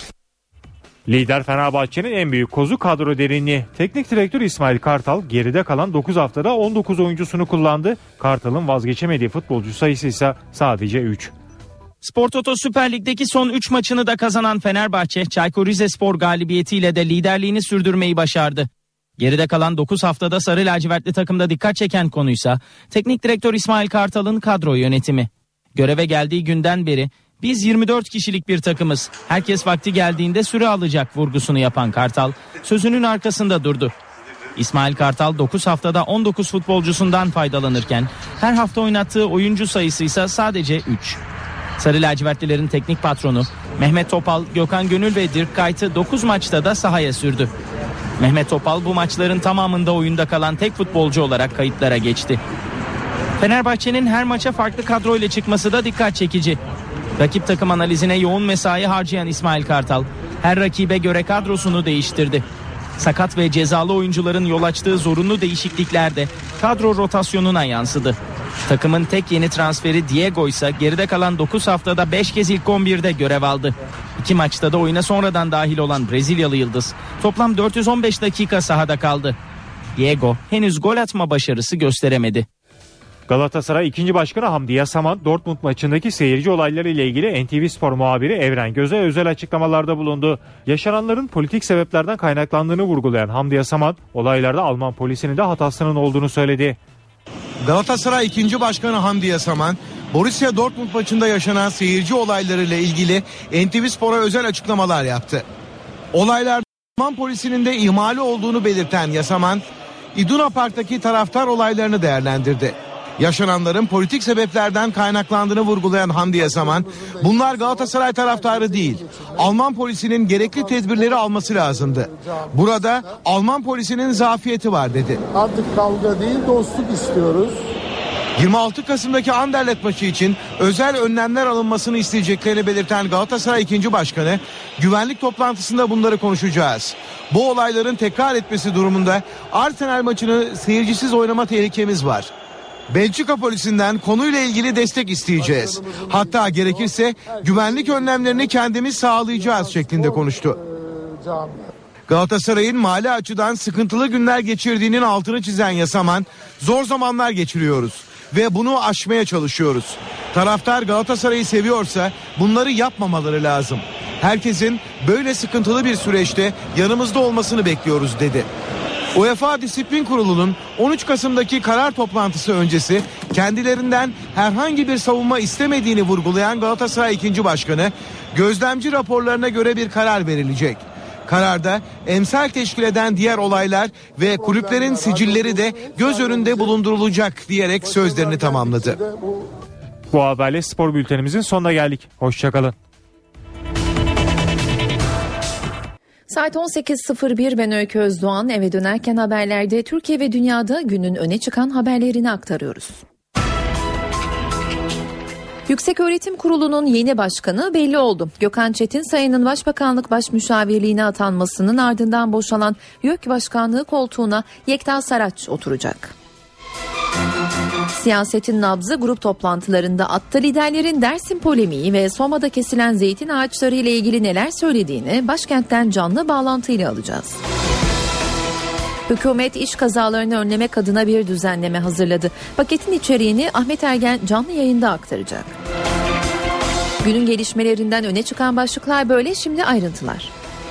Lider Fenerbahçe'nin en büyük kozu kadro derinliği. Teknik direktör İsmail Kartal geride kalan 9 haftada 19 oyuncusunu kullandı. Kartal'ın vazgeçemediği futbolcu sayısı ise sadece 3. Spor Toto Süper Lig'deki son 3 maçını da kazanan Fenerbahçe, Çaykur Rizespor galibiyetiyle de liderliğini sürdürmeyi başardı. Geride kalan 9 haftada sarı lacivertli takımda dikkat çeken konuysa teknik direktör İsmail Kartal'ın kadro yönetimi. Göreve geldiği günden beri biz 24 kişilik bir takımız. Herkes vakti geldiğinde süre alacak vurgusunu yapan Kartal sözünün arkasında durdu. İsmail Kartal 9 haftada 19 futbolcusundan faydalanırken her hafta oynattığı oyuncu sayısı ise sadece 3. Sarı lacivertlilerin teknik patronu Mehmet Topal, Gökhan Gönül ve Dirk Kuyt'ı 9 maçta da sahaya sürdü. Mehmet Topal bu maçların tamamında oyunda kalan tek futbolcu olarak kayıtlara geçti. Fenerbahçe'nin her maça farklı kadroyla çıkması da dikkat çekici. Rakip takım analizine yoğun mesai harcayan İsmail Kartal her rakibe göre kadrosunu değiştirdi. Sakat ve cezalı oyuncuların yol açtığı zorunlu değişiklikler de kadro rotasyonuna yansıdı. Takımın tek yeni transferi Diego ise geride kalan 9 haftada 5 kez ilk 11'de görev aldı. 2 maçta da oyuna sonradan dahil olan Brezilyalı yıldız toplam 415 dakika sahada kaldı. Diego henüz gol atma başarısı gösteremedi. Galatasaray 2. Başkanı Hamdi Yasaman, Dortmund maçındaki seyirci olayları ile ilgili NTV Spor muhabiri Evren Göz'e özel açıklamalarda bulundu. Yaşananların politik sebeplerden kaynaklandığını vurgulayan Hamdi Yasaman, olaylarda Alman polisinin de hatasının olduğunu söyledi. Galatasaray 2. Başkanı Hamdi Yasaman, Borussia Dortmund maçında yaşanan seyirci olayları ile ilgili NTV Spor'a özel açıklamalar yaptı. Olaylarda Alman polisinin de ihmali olduğunu belirten Yasaman, İduna Park'taki taraftar olaylarını değerlendirdi. Yaşananların politik sebeplerden kaynaklandığını vurgulayan Hamdi Yasaman, bunlar Galatasaray taraftarı değil, Alman polisinin gerekli tedbirleri alması lazımdı. Burada Alman polisinin zafiyeti var dedi. Artık kavga değil, dostluk istiyoruz. 26 Kasım'daki Anderlecht maçı için özel önlemler alınmasını isteyeceklerini belirten Galatasaray 2. Başkanı, güvenlik toplantısında bunları konuşacağız. Bu olayların tekrar etmesi durumunda Arsenal maçını seyircisiz oynama tehlikemiz var. Belçika polisinden konuyla ilgili destek isteyeceğiz. Hatta gerekirse güvenlik önlemlerini kendimiz sağlayacağız şeklinde konuştu. Galatasaray'ın mali açıdan sıkıntılı günler geçirdiğinin altını çizen Yasaman, zor zamanlar geçiriyoruz ve bunu aşmaya çalışıyoruz. Taraftar Galatasaray'ı seviyorsa bunları yapmamaları lazım. Herkesin böyle sıkıntılı bir süreçte yanımızda olmasını bekliyoruz dedi. UEFA Disiplin Kurulu'nun 13 Kasım'daki karar toplantısı öncesi kendilerinden herhangi bir savunma istemediğini vurgulayan Galatasaray 2. Başkanı, gözlemci raporlarına göre bir karar verilecek. Kararda emsal teşkil eden diğer olaylar ve kulüplerin sicilleri de göz önünde bulundurulacak diyerek sözlerini tamamladı. Bu haberle spor bültenimizin sonuna geldik. Hoşçakalın. Saat 18.01 ben Öykü Özdoğan. Eve dönerken haberlerde Türkiye ve dünyada günün öne çıkan haberlerini aktarıyoruz. Yükseköğretim Kurulu'nun yeni başkanı belli oldu. Gökhan Çetinsay'ın Başbakanlık Başmüşavirliğine atanmasının ardından boşalan YÖK Başkanlığı koltuğuna Yekta Saraç oturacak. Siyasetin nabzı grup toplantılarında attı. Liderlerin Dersim polemiği ve Soma'da kesilen zeytin ağaçları ile ilgili neler söylediğini başkentten canlı bağlantıyla alacağız. Hükümet iş kazalarını önlemek adına bir düzenleme hazırladı. Paketin içeriğini Ahmet Ergen canlı yayında aktaracak. Günün gelişmelerinden öne çıkan başlıklar böyle, şimdi ayrıntılar.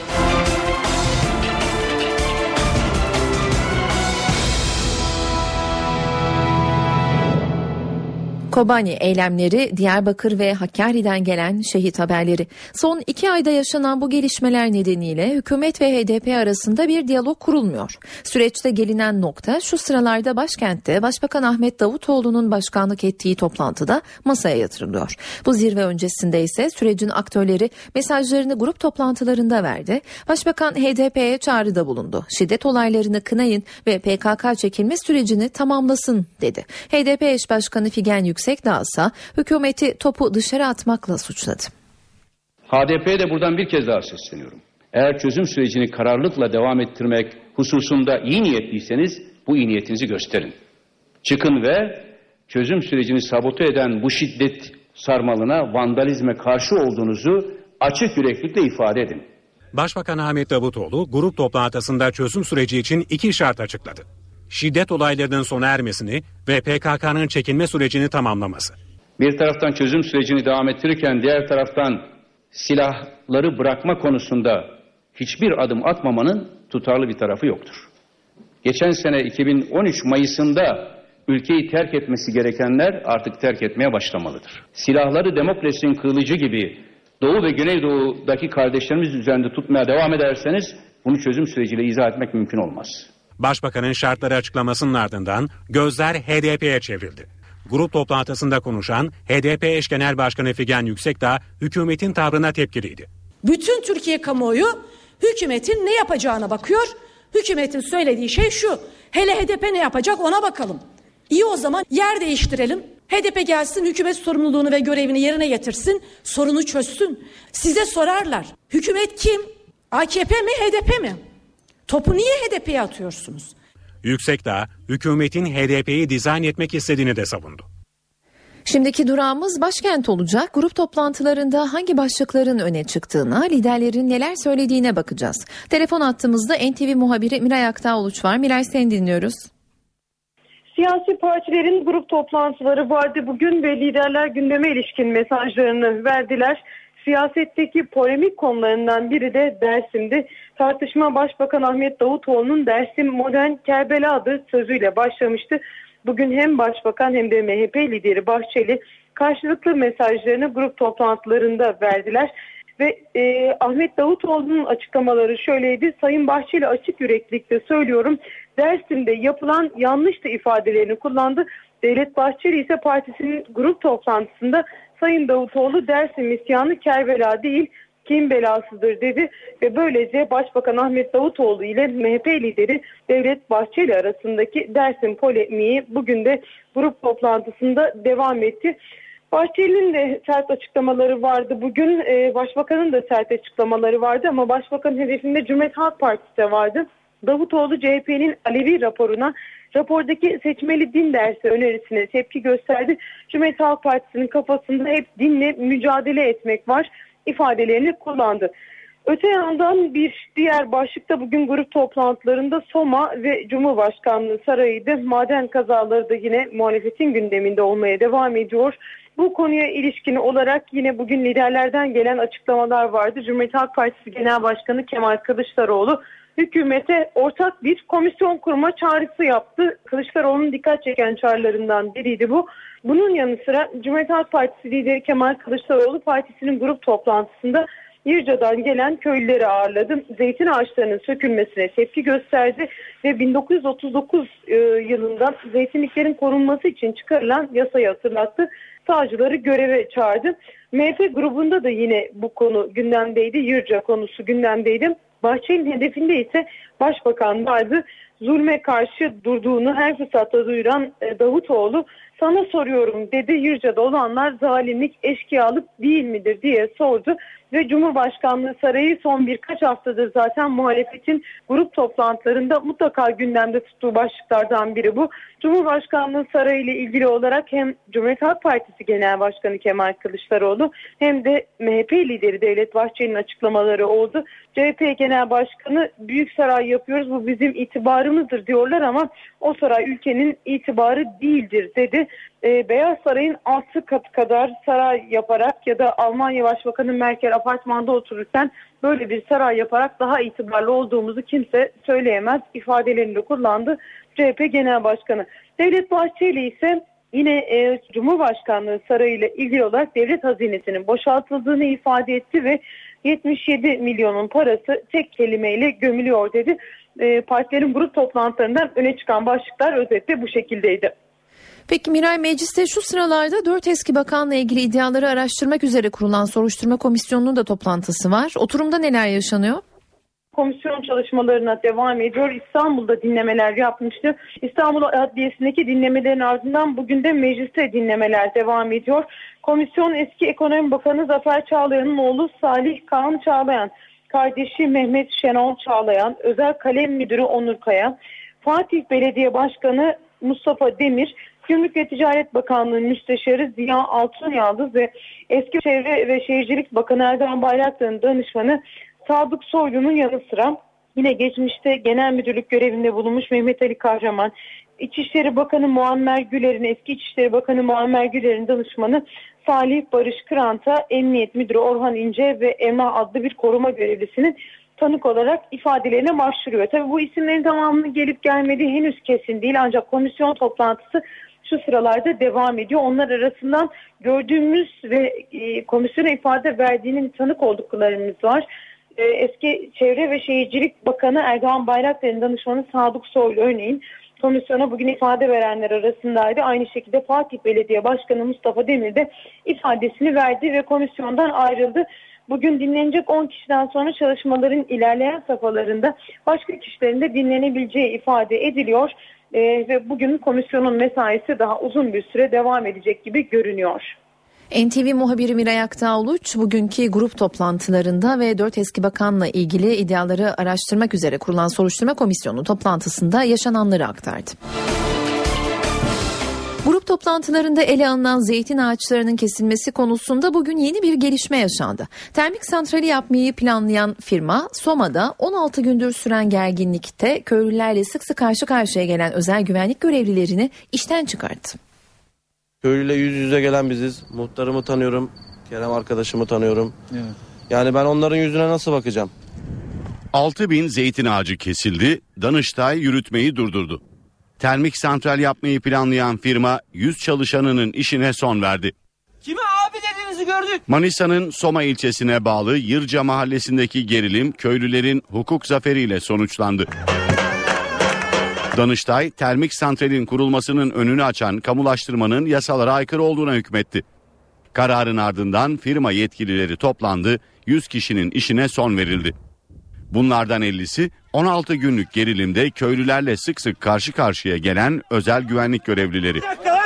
Kobani eylemleri, Diyarbakır ve Hakkari'den gelen şehit haberleri. Son 2 ayda yaşanan bu gelişmeler nedeniyle hükümet ve HDP arasında bir diyalog kurulmuyor. Süreçte gelinen nokta şu sıralarda başkentte Başbakan Ahmet Davutoğlu'nun başkanlık ettiği toplantıda masaya yatırılıyor. Bu zirve öncesinde ise sürecin aktörleri mesajlarını grup toplantılarında verdi. Başbakan HDP'ye çağrıda bulundu. Şiddet olaylarını kınayın ve PKK çekilme sürecini tamamlasın dedi. HDP eş başkanı Figen Yüksekdağ ise hükümeti topu dışarı atmakla suçladı. HDP'ye de buradan bir kez daha sesleniyorum. Eğer çözüm sürecini kararlılıkla devam ettirmek hususunda iyi niyetliyseniz bu iyi niyetinizi gösterin. Çıkın ve çözüm sürecini sabote eden bu şiddet sarmalına, vandalizme karşı olduğunuzu açık yüreklilikle ifade edin. Başbakan Ahmet Davutoğlu grup toplantısında çözüm süreci için 2 şart açıkladı. Şiddet olaylarının sona ermesini ve PKK'nın çekilme sürecini tamamlaması. Bir taraftan çözüm sürecini devam ettirirken diğer taraftan silahları bırakma konusunda hiçbir adım atmamanın tutarlı bir tarafı yoktur. Geçen sene 2013 Mayıs'ında ülkeyi terk etmesi gerekenler artık terk etmeye başlamalıdır. Silahları demokrasinin kılıcı gibi Doğu ve Güneydoğu'daki kardeşlerimiz üzerinde tutmaya devam ederseniz bunu çözüm süreciyle izah etmek mümkün olmaz. Başbakanın şartları açıklamasının ardından gözler HDP'ye çevrildi. Grup toplantısında konuşan HDP eş genel başkanı Figen Yüksekdağ hükümetin tavrına tepkiliydi. Bütün Türkiye kamuoyu hükümetin ne yapacağına bakıyor. Hükümetin söylediği şey şu: hele HDP ne yapacak ona bakalım. İyi, o zaman yer değiştirelim. HDP gelsin, hükümet sorumluluğunu ve görevini yerine getirsin, sorunu çözsün. Size sorarlar, hükümet kim? AKP mi, HDP mi? Topu niye HDP'ye atıyorsunuz? Yüksekdağ hükümetin HDP'yi dizayn etmek istediğini de savundu. Şimdiki durağımız başkent olacak. Grup toplantılarında hangi başlıkların öne çıktığına, liderlerin neler söylediğine bakacağız. Telefon hattımızda NTV muhabiri Miray Aktağoluç var. Miray, seni dinliyoruz. Siyasi partilerin grup toplantıları vardı bugün ve liderler gündeme ilişkin mesajlarını verdiler. Siyasetteki polemik konularından biri de Dersim'di. Tartışma Başbakan Ahmet Davutoğlu'nun Dersim modern Kerbela'dır sözüyle başlamıştı. Bugün hem Başbakan hem de MHP lideri Bahçeli karşılıklı mesajlarını grup toplantılarında verdiler. Ve Ahmet Davutoğlu'nun açıklamaları şöyleydi. Sayın Bahçeli açık yüreklilikle söylüyorum, Dersim'de yapılan yanlıştı ifadelerini kullandı. Devlet Bahçeli ise partisinin grup toplantısında Sayın Davutoğlu Dersim isyanı Kerbela değil kim belasıdır dedi ve böylece Başbakan Ahmet Davutoğlu ile MHP lideri Devlet Bahçeli arasındaki Dersim polemiği bugün de grup toplantısında devam etti. Bahçeli'nin de sert açıklamaları vardı bugün, Başbakan'ın da sert açıklamaları vardı ama Başbakan'ın hedefinde Cumhuriyet Halk Partisi de vardı. Davutoğlu CHP'nin Alevi raporuna, rapordaki seçmeli din dersi önerisine tepki gösterdi. Cumhuriyet Halk Partisi'nin kafasında hep dinle mücadele etmek var ifadelerini kullandı. Öte yandan bir diğer başlıkta bugün grup toplantılarında Soma ve Cumhurbaşkanlığı Sarayı'ydı. Maden kazaları da yine muhalefetin gündeminde olmaya devam ediyor. Bu konuya ilişkin olarak yine bugün liderlerden gelen açıklamalar vardı. Cumhuriyet Halk Partisi Genel Başkanı Kemal Kılıçdaroğlu hükümete ortak bir komisyon kurma çağrısı yaptı. Kılıçdaroğlu'nun dikkat çeken çağrılarından biriydi bu. Bunun yanı sıra Cumhuriyet Halk Partisi lideri Kemal Kılıçdaroğlu partisinin grup toplantısında Yırca'dan gelen köylüleri ağırladı. Zeytin ağaçlarının sökülmesine tepki gösterdi ve 1939 yılında zeytinliklerin korunması için çıkarılan yasayı hatırlattı. Sağcıları göreve çağırdı. MHP grubunda da yine bu konu gündemdeydi. Yırca konusu gündemdeydi. Bahçeli'nin hedefinde ise Başbakan vardı. Zulme karşı durduğunu her fırsatta duyuran Davutoğlu Sana soruyorum dedi. Yurca'da olanlar zalimlik, eşkıyalık değil midir diye sordu. Ve Cumhurbaşkanlığı Sarayı son birkaç haftadır zaten muhalefetin grup toplantılarında mutlaka gündemde tuttuğu başlıklardan biri bu. Cumhurbaşkanlığı Sarayı ile ilgili olarak hem Cumhuriyet Halk Partisi Genel Başkanı Kemal Kılıçdaroğlu hem de MHP lideri Devlet Bahçeli'nin açıklamaları oldu. CHP Genel Başkanı büyük saray yapıyoruz, bu bizim itibarımızdır diyorlar ama o saray ülkenin itibarı değildir dedi. Beyaz Saray'ın 6 katı kadar saray yaparak ya da Almanya Başbakanı Merkel apartmanda otururken böyle bir saray yaparak daha itibarlı olduğumuzu kimse söyleyemez ifadelerini de kullandı CHP Genel Başkanı. Devlet Bahçeli ise yine Cumhurbaşkanlığı Sarayı ile ilgili olarak devlet hazinesinin boşaltıldığını ifade etti ve 77 milyonun parası tek kelimeyle gömülüyor dedi. Partilerin grup toplantılarından öne çıkan başlıklar özetle bu şekildeydi. Peki Miray, mecliste şu sıralarda 4 eski bakanla ilgili iddiaları araştırmak üzere kurulan soruşturma komisyonunun da toplantısı var. Oturumda neler yaşanıyor? Komisyon çalışmalarına devam ediyor. İstanbul'da dinlemeler yapmıştı. İstanbul Adliyesi'ndeki dinlemelerin ardından bugün de mecliste dinlemeler devam ediyor. Komisyon eski Ekonomi Bakanı Zafer Çağlayan'ın oğlu Salih Kaan Çağlayan, kardeşi Mehmet Şenol Çağlayan, Özel Kalem Müdürü Onur Kaya, Fatih Belediye Başkanı Mustafa Demir, Gümrük ve Ticaret Bakanlığı Müsteşarı Ziya Altunyaldız ve eski Çevre ve Şehircilik Bakanı Erdoğan Bayraktar'ın danışmanı Sadık Soylu'nun yanı sıra yine geçmişte genel müdürlük görevinde bulunmuş Mehmet Ali Kahraman, İçişleri Bakanı Muammer Güler'in, eski İçişleri Bakanı Muammer Güler'in danışmanı Salih Barış Kırant'a Emniyet Müdürü Orhan İnce ve Emrah adlı bir koruma görevlisinin tanık olarak ifadelerine başvuruyor. Tabii bu isimlerin tamamının gelip gelmediği henüz kesin değil, ancak komisyon toplantısı şu sıralarda devam ediyor. Onlar arasından gördüğümüz ve komisyona ifade verdiğinin tanık olduklarımız var. Eski Çevre ve Şehircilik Bakanı Erdoğan Bayraktar'ın danışmanı Sadık Soylu örneğin komisyona bugün ifade verenler arasındaydı. Aynı şekilde Fatih Belediye Başkanı Mustafa Demir de ifadesini verdi ve komisyondan ayrıldı. Bugün dinlenecek 10 kişiden sonra çalışmaların ilerleyen safhalarında başka kişilerin de dinlenebileceği ifade ediliyor. Ve bugün komisyonun mesaisi daha uzun bir süre devam edecek gibi görünüyor. NTV muhabiri Miray Aktağuluç bugünkü grup toplantılarında ve 4 eski bakanla ilgili iddiaları araştırmak üzere kurulan soruşturma komisyonu toplantısında yaşananları aktardı. Grup toplantılarında ele alınan zeytin ağaçlarının kesilmesi konusunda bugün yeni bir gelişme yaşandı. Termik santrali yapmayı planlayan firma Soma'da 16 gündür süren gerginlikte köylülerle sık sık karşı karşıya gelen özel güvenlik görevlilerini işten çıkarttı. Köylüyle yüz yüze gelen biziz. Muhtarımı tanıyorum, Kerem arkadaşımı tanıyorum. Evet. Yani ben onların yüzüne nasıl bakacağım? 6.000 zeytin ağacı kesildi, Danıştay yürütmeyi durdurdu. Termik santral yapmayı planlayan firma 100 çalışanının işine son verdi. Kime abi dediğinizi gördük. Manisa'nın Soma ilçesine bağlı Yırca mahallesindeki gerilim köylülerin hukuk zaferiyle sonuçlandı. Danıştay, termik santralin kurulmasının önünü açan kamulaştırmanın yasalara aykırı olduğuna hükmetti. Kararın ardından firma yetkilileri toplandı, 100 kişinin işine son verildi. Bunlardan 50'si 16 günlük gerilimde köylülerle sık sık karşı karşıya gelen özel güvenlik görevlileri.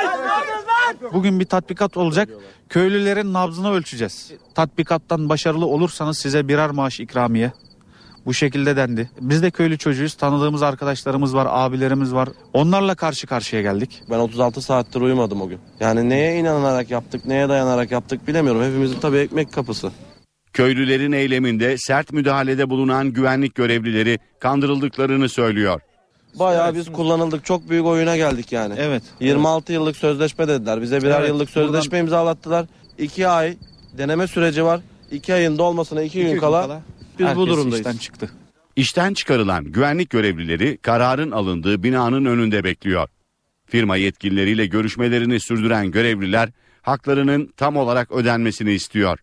Bugün bir tatbikat olacak. Köylülerin nabzını ölçeceğiz. Tatbikattan başarılı olursanız size birer maaş ikramiye. Bu şekilde dendi. Biz de köylü çocuğuyuz. Tanıdığımız arkadaşlarımız var, abilerimiz var. Onlarla karşı karşıya geldik. Ben 36 saattir uyumadım o gün. Yani neye inanarak yaptık, neye dayanarak yaptık bilemiyorum. Hepimizin tabii ekmek kapısı. Köylülerin eyleminde sert müdahalede bulunan güvenlik görevlileri kandırıldıklarını söylüyor. Bayağı biz kullanıldık. Çok büyük oyuna geldik yani. Evet. 26 yıllık sözleşme dediler. Bize birer yıllık sözleşme imzalattılar. 2 ay deneme süreci var. 2 ayın dolmasına 2 gün kala biz bu durumdayız. İşten çıktı. İşten çıkarılan güvenlik görevlileri kararın alındığı binanın önünde bekliyor. Firma yetkilileriyle görüşmelerini sürdüren görevliler haklarının tam olarak ödenmesini istiyor.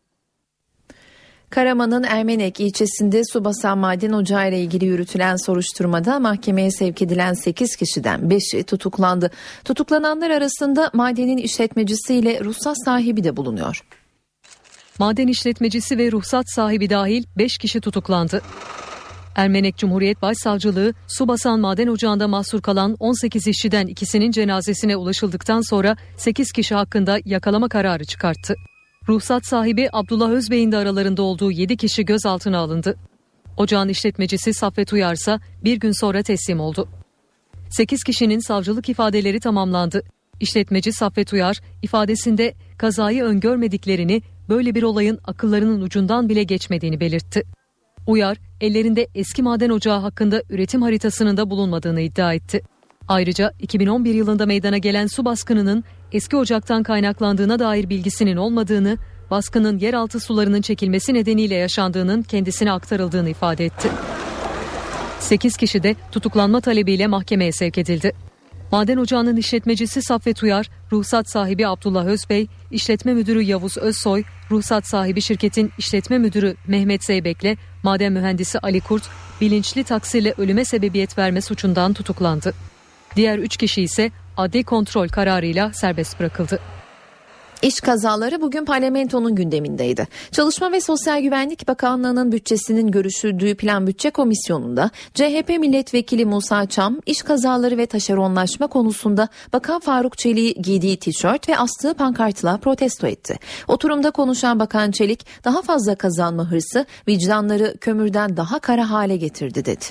Karaman'ın Ermenek ilçesinde su basan maden ocağı ile ilgili yürütülen soruşturmada mahkemeye sevk edilen 8 kişiden 5'i tutuklandı. Tutuklananlar arasında madenin işletmecisiyle ruhsat sahibi de bulunuyor. Maden işletmecisi ve ruhsat sahibi dahil 5 kişi tutuklandı. Ermenek Cumhuriyet Başsavcılığı, su basan maden ocağında mahsur kalan 18 işçiden ikisinin cenazesine ulaşıldıktan sonra 8 kişi hakkında yakalama kararı çıkarttı. Ruhsat sahibi Abdullah Özbey'in de aralarında olduğu 7 kişi gözaltına alındı. Ocağın işletmecisi Saffet Uyar ise bir gün sonra teslim oldu. 8 kişinin savcılık ifadeleri tamamlandı. İşletmeci Saffet Uyar ifadesinde kazayı öngörmediklerini, böyle bir olayın akıllarının ucundan bile geçmediğini belirtti. Uyar, ellerinde eski maden ocağı hakkında üretim haritasının da bulunmadığını iddia etti. Ayrıca 2011 yılında meydana gelen su baskınının eski ocaktan kaynaklandığına dair bilgisinin olmadığını, baskının yeraltı sularının çekilmesi nedeniyle yaşandığının kendisine aktarıldığını ifade etti. 8 kişi de tutuklanma talebiyle mahkemeye sevk edildi. Maden ocağının işletmecisi Saffet Uyar, ruhsat sahibi Abdullah Özbey, işletme müdürü Yavuz Özsoy, ruhsat sahibi şirketin işletme müdürü Mehmet Zeybek'le maden mühendisi Ali Kurt, bilinçli taksirle ölüme sebebiyet verme suçundan tutuklandı. Diğer 3 kişi ise adli kontrol kararıyla serbest bırakıldı. İş kazaları bugün parlamentonun gündemindeydi. Çalışma ve Sosyal Güvenlik Bakanlığı'nın bütçesinin görüşüldüğü Plan Bütçe Komisyonu'nda CHP milletvekili Musa Çam, iş kazaları ve taşeronlaşma konusunda Bakan Faruk Çelik'i giydiği tişört ve astığı pankartla protesto etti. Oturumda konuşan Bakan Çelik, daha fazla kazanma hırsı vicdanları kömürden daha kara hale getirdi dedi.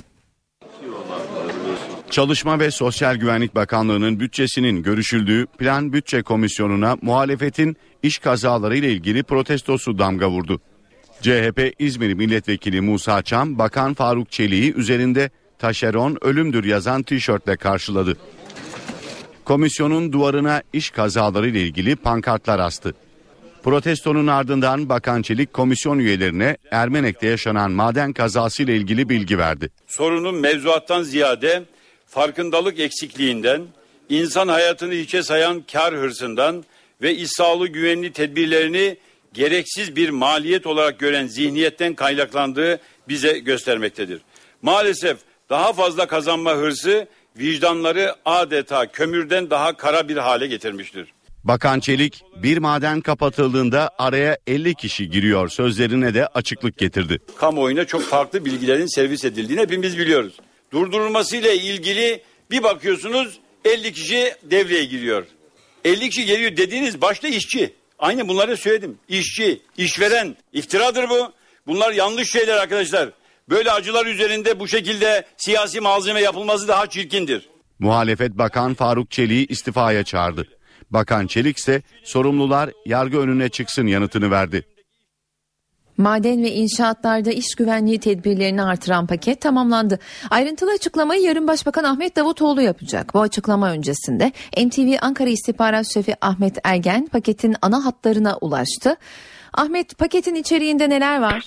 Çalışma ve Sosyal Güvenlik Bakanlığı'nın bütçesinin görüşüldüğü Plan Bütçe Komisyonu'na muhalefetin iş kazaları ile ilgili protestosu damga vurdu. CHP İzmir Milletvekili Musa Çam, Bakan Faruk Çelik'i üzerinde "taşeron ölümdür" yazan tişörtle karşıladı. Komisyonun duvarına iş kazaları ile ilgili pankartlar astı. Protestonun ardından Bakan Çelik komisyon üyelerine Ermenek'te yaşanan maden kazası ile ilgili bilgi verdi. Sorunun mevzuattan ziyade farkındalık eksikliğinden, insan hayatını hiçe sayan kar hırsından ve iş sağlığı güvenliği tedbirlerini gereksiz bir maliyet olarak gören zihniyetten kaynaklandığı bize göstermektedir. Maalesef daha fazla kazanma hırsı vicdanları adeta kömürden daha kara bir hale getirmiştir. Bakan Çelik, bir maden kapatıldığında araya 50 kişi giriyor sözlerine de açıklık getirdi. Kamuoyuna çok farklı bilgilerin servis edildiğini hepimiz biliyoruz. Durdurulmasıyla ilgili bir bakıyorsunuz 50 kişi devreye giriyor. 50 kişi geliyor dediğiniz başta işçi. Aynı bunları söyledim. İşçi, işveren, iftiradır bu. Bunlar yanlış şeyler arkadaşlar. Böyle acılar üzerinde bu şekilde siyasi malzeme yapılması daha çirkindir. Muhalefet Bakan Faruk Çelik'i istifaya çağırdı. Bakan Çelik ise sorumlular yargı önüne çıksın yanıtını verdi. Maden ve inşaatlarda iş güvenliği tedbirlerini artıran paket tamamlandı. Ayrıntılı açıklamayı yarın Başbakan Ahmet Davutoğlu yapacak. Bu açıklama öncesinde NTV Ankara İstihbarat Şefi Ahmet Ergen paketin ana hatlarına ulaştı. Ahmet, paketin içeriğinde neler var?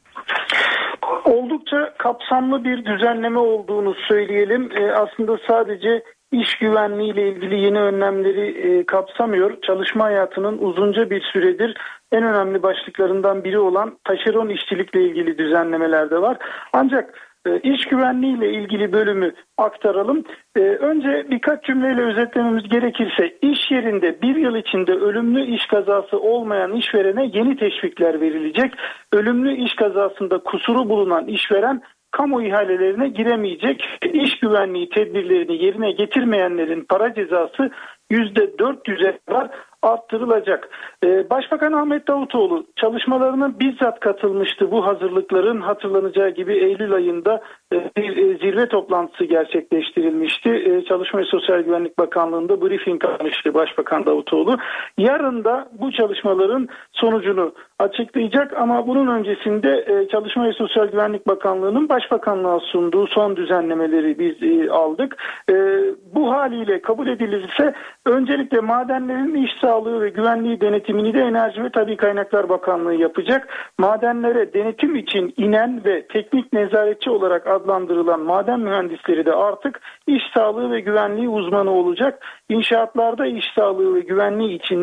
Oldukça kapsamlı bir düzenleme olduğunu söyleyelim. Aslında sadece İş güvenliği ile ilgili yeni önlemleri kapsamıyor. Çalışma hayatının uzunca bir süredir en önemli başlıklarından biri olan taşeron işçilikle ilgili düzenlemeler de var. Ancak iş güvenliği ile ilgili bölümü aktaralım. Önce birkaç cümleyle özetlememiz gerekirse iş yerinde bir yıl içinde ölümlü iş kazası olmayan işverene yeni teşvikler verilecek. Ölümlü iş kazasında kusuru bulunan işveren kamu ihalelerine giremeyecek. İş güvenliği tedbirlerini yerine getirmeyenlerin para cezası %400'e kadar arttırılacak. Başbakan Ahmet Davutoğlu çalışmalarına bizzat katılmıştı. Bu hazırlıkların hatırlanacağı gibi Eylül ayında bir zirve toplantısı gerçekleştirilmişti. Çalışma ve Sosyal Güvenlik Bakanlığı'nda briefing almıştı Başbakan Davutoğlu. Yarın da bu çalışmaların sonucunu açıklayacak ama bunun öncesinde Çalışma ve Sosyal Güvenlik Bakanlığı'nın Başbakanlığa sunduğu son düzenlemeleri biz aldık. Bu haliyle kabul edilirse öncelikle madenlerin iş sağlığı ve güvenliği denetimini de Enerji ve Tabii Kaynaklar Bakanlığı yapacak. Madenlere denetim için inen ve teknik nezaretçi olarak adlandırılan maden mühendisleri de artık iş sağlığı ve güvenliği uzmanı olacak. İnşaatlarda iş sağlığı ve güvenliği için de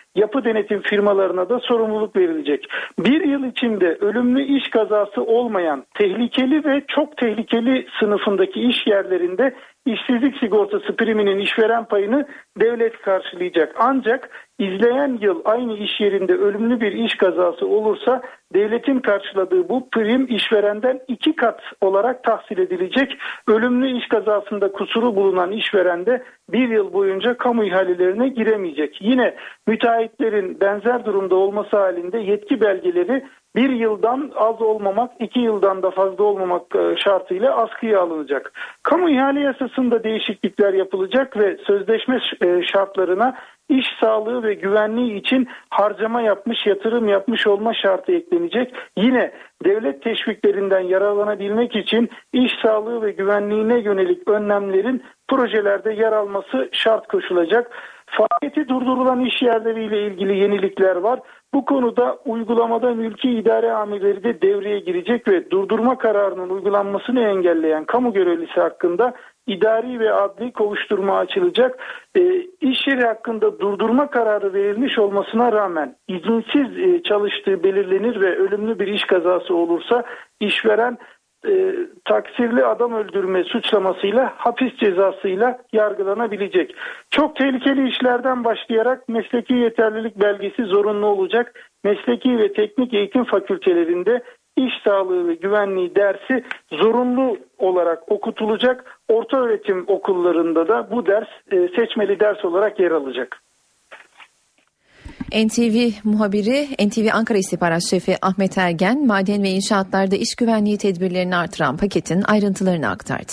yapı denetim firmalarına da sorumluluk verilecek. Bir yıl içinde ölümlü iş kazası olmayan tehlikeli ve çok tehlikeli sınıfındaki iş yerlerinde işsizlik sigortası priminin işveren payını devlet karşılayacak. Ancak izleyen yıl aynı iş yerinde ölümlü bir iş kazası olursa devletin karşıladığı bu prim işverenden 2 kat olarak tahsil edilecek. Ölümlü iş kazasında kusuru bulunan işveren de 1 yıl boyunca kamu ihalelerine giremeyecek. Yine müteahhitlerin benzer durumda olması halinde yetki belgeleri 1 yıldan az olmamak, 2 yıldan da fazla olmamak şartıyla askıya alınacak. Kamu ihale yasasında değişiklikler yapılacak ve sözleşme şartlarına iş sağlığı ve güvenliği için harcama yapmış, yatırım yapmış olma şartı eklenecek. Yine devlet teşviklerinden yararlanabilmek için iş sağlığı ve güvenliğine yönelik önlemlerin projelerde yer alması şart koşulacak. Faaliyeti durdurulan iş yerleriyle ilgili yenilikler var. Bu konuda uygulamada mülki idare amirleri de devreye girecek ve durdurma kararının uygulanmasını engelleyen kamu görevlisi hakkında idari ve adli kovuşturma açılacak. İş yeri hakkında durdurma kararı verilmiş olmasına rağmen izinsiz çalıştığı belirlenir ve ölümlü bir iş kazası olursa işveren taksirli adam öldürme suçlamasıyla hapis cezasıyla yargılanabilecek. Çok tehlikeli işlerden başlayarak mesleki yeterlilik belgesi zorunlu olacak. Mesleki ve teknik eğitim fakültelerinde iş sağlığı ve güvenliği dersi zorunlu olarak okutulacak. Ortaöğretim okullarında da bu ders seçmeli ders olarak yer alacak. NTV muhabiri, NTV Ankara İstihbarat Şefi Ahmet Ergen, maden ve inşaatlarda iş güvenliği tedbirlerini artıran paketin ayrıntılarını aktardı.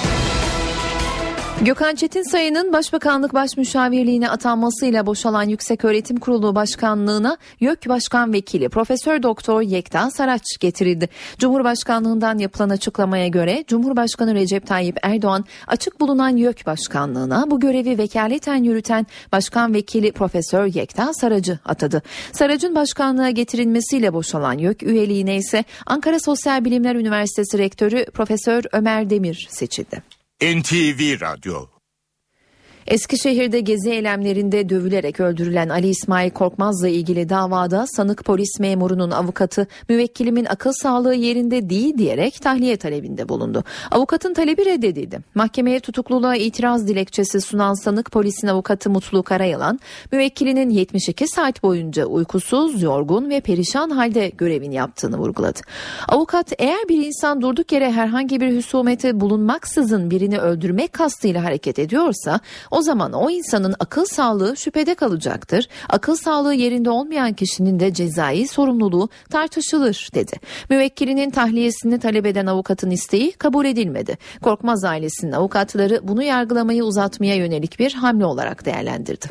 Gökhan Çetinsay'ın Başbakanlık Başmüşavirliğine atanmasıyla boşalan Yükseköğretim Kurulu Başkanlığı'na YÖK Başkan Vekili Profesör Doktor Yekta Saraç getirildi. Cumhurbaşkanlığından yapılan açıklamaya göre Cumhurbaşkanı Recep Tayyip Erdoğan açık bulunan YÖK Başkanlığı'na bu görevi vekaleten yürüten Başkan Vekili Profesör Yekta Sarac'ı atadı. Sarac'ın başkanlığa getirilmesiyle boşalan YÖK üyeliğine ise Ankara Sosyal Bilimler Üniversitesi Rektörü Profesör Ömer Demir seçildi. NTV Radyo. Eskişehir'de gezi eylemlerinde dövülerek öldürülen Ali İsmail Korkmaz'la ilgili davada sanık polis memurunun avukatı müvekkilimin akıl sağlığı yerinde değil diyerek tahliye talebinde bulundu. Avukatın talebi reddedildi. Mahkemeye tutukluluğa itiraz dilekçesi sunan sanık polisin avukatı Mutlu Karayalan, müvekkilinin 72 saat boyunca uykusuz, yorgun ve perişan halde görevini yaptığını vurguladı. Avukat, eğer bir insan durduk yere herhangi bir husumete bulunmaksızın birini öldürmek kastıyla hareket ediyorsa, o zaman o insanın akıl sağlığı şüphede kalacaktır. Akıl sağlığı yerinde olmayan kişinin de cezai sorumluluğu tartışılır dedi. Müvekkilinin tahliyesini talep eden avukatın isteği kabul edilmedi. Korkmaz ailesinin avukatları bunu yargılamayı uzatmaya yönelik bir hamle olarak değerlendirdi.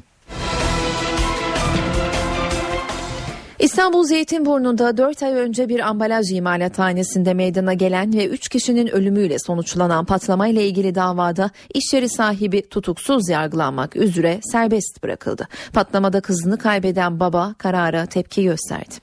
İstanbul Zeytinburnu'nda 4 ay önce bir ambalaj imalathanesinde meydana gelen ve 3 kişinin ölümüyle sonuçlanan patlamayla ilgili davada iş yeri sahibi tutuksuz yargılanmak üzere serbest bırakıldı. Patlamada kızını kaybeden baba karara tepki gösterdi.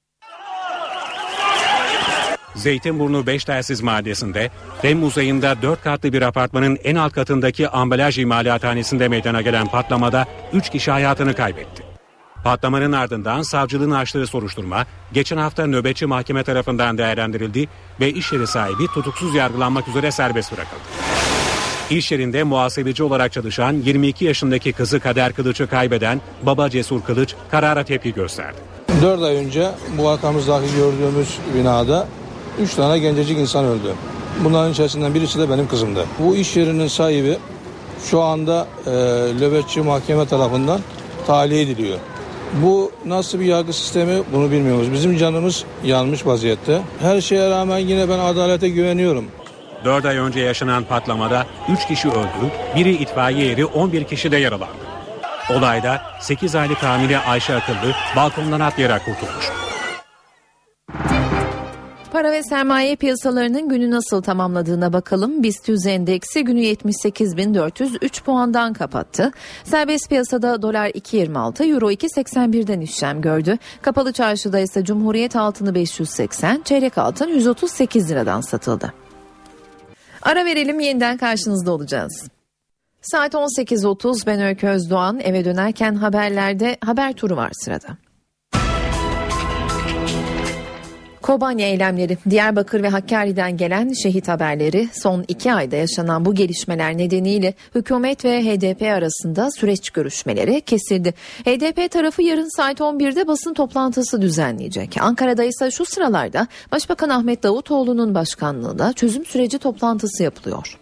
Zeytinburnu Beştelsiz Mahallesi'nde Temmuz ayında 4 katlı bir apartmanın en alt katındaki ambalaj imalathanesinde meydana gelen patlamada 3 kişi hayatını kaybetti. Patlamanın ardından savcılığın açtığı soruşturma geçen hafta nöbetçi mahkeme tarafından değerlendirildi ve iş yeri sahibi tutuksuz yargılanmak üzere serbest bırakıldı. İş yerinde muhasebeci olarak çalışan 22 yaşındaki kızı Kader Kılıç'ı kaybeden baba Cesur Kılıç karara tepki gösterdi. 4 ay önce bu arkamızdaki gördüğümüz binada 3 tane gencecik insan öldü. Bunların içerisinden birisi de benim kızımdı. Bu iş yerinin sahibi şu anda nöbetçi mahkeme tarafından tahliye ediliyor. Bu nasıl bir yargı sistemi bunu bilmiyoruz. Bizim canımız yanmış vaziyette. Her şeye rağmen yine ben adalete güveniyorum. 4 ay önce yaşanan patlamada 3 kişi öldü, biri itfaiye eri, 11 kişi de yaralandı. Olayda 8 aylık hamile Ayşe Akıllı balkondan atlayarak kurtulmuş. Para ve sermaye piyasalarının günü nasıl tamamladığına bakalım. BIST 100 endeksi günü 78.403 puandan kapattı. Serbest piyasada dolar 2.26, euro 2.81'den işlem gördü. Kapalı çarşıda ise Cumhuriyet altını 580, çeyrek altın 138 liradan satıldı. Ara verelim, yeniden karşınızda olacağız. Saat 18.30, ben Öykü Özdoğan. Eve dönerken haberlerde haber turu var sırada. Kobani eylemleri, Diyarbakır ve Hakkari'den gelen şehit haberleri, son 2 ayda yaşanan bu gelişmeler nedeniyle hükümet ve HDP arasında süreç görüşmeleri kesildi. HDP tarafı yarın saat 11'de basın toplantısı düzenleyecek. Ankara'da ise şu sıralarda Başbakan Ahmet Davutoğlu'nun başkanlığında çözüm süreci toplantısı yapılıyor.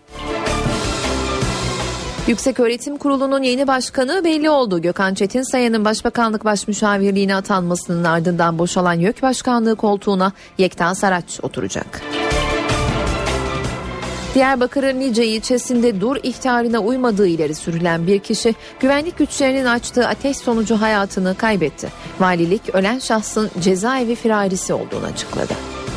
Yükseköğretim Kurulu'nun yeni başkanı belli oldu. Gökhan Çetinsaya'nın Başbakanlık Başmüşavirliğine atanmasının ardından boşalan YÖK Başkanlığı koltuğuna Yekta Saraç oturacak. Diyarbakır'ın Nice ilçesinde dur ihtarına uymadığı ileri sürülen bir kişi güvenlik güçlerinin açtığı ateş sonucu hayatını kaybetti. Valilik ölen şahsın cezaevi firarisi olduğunu açıkladı.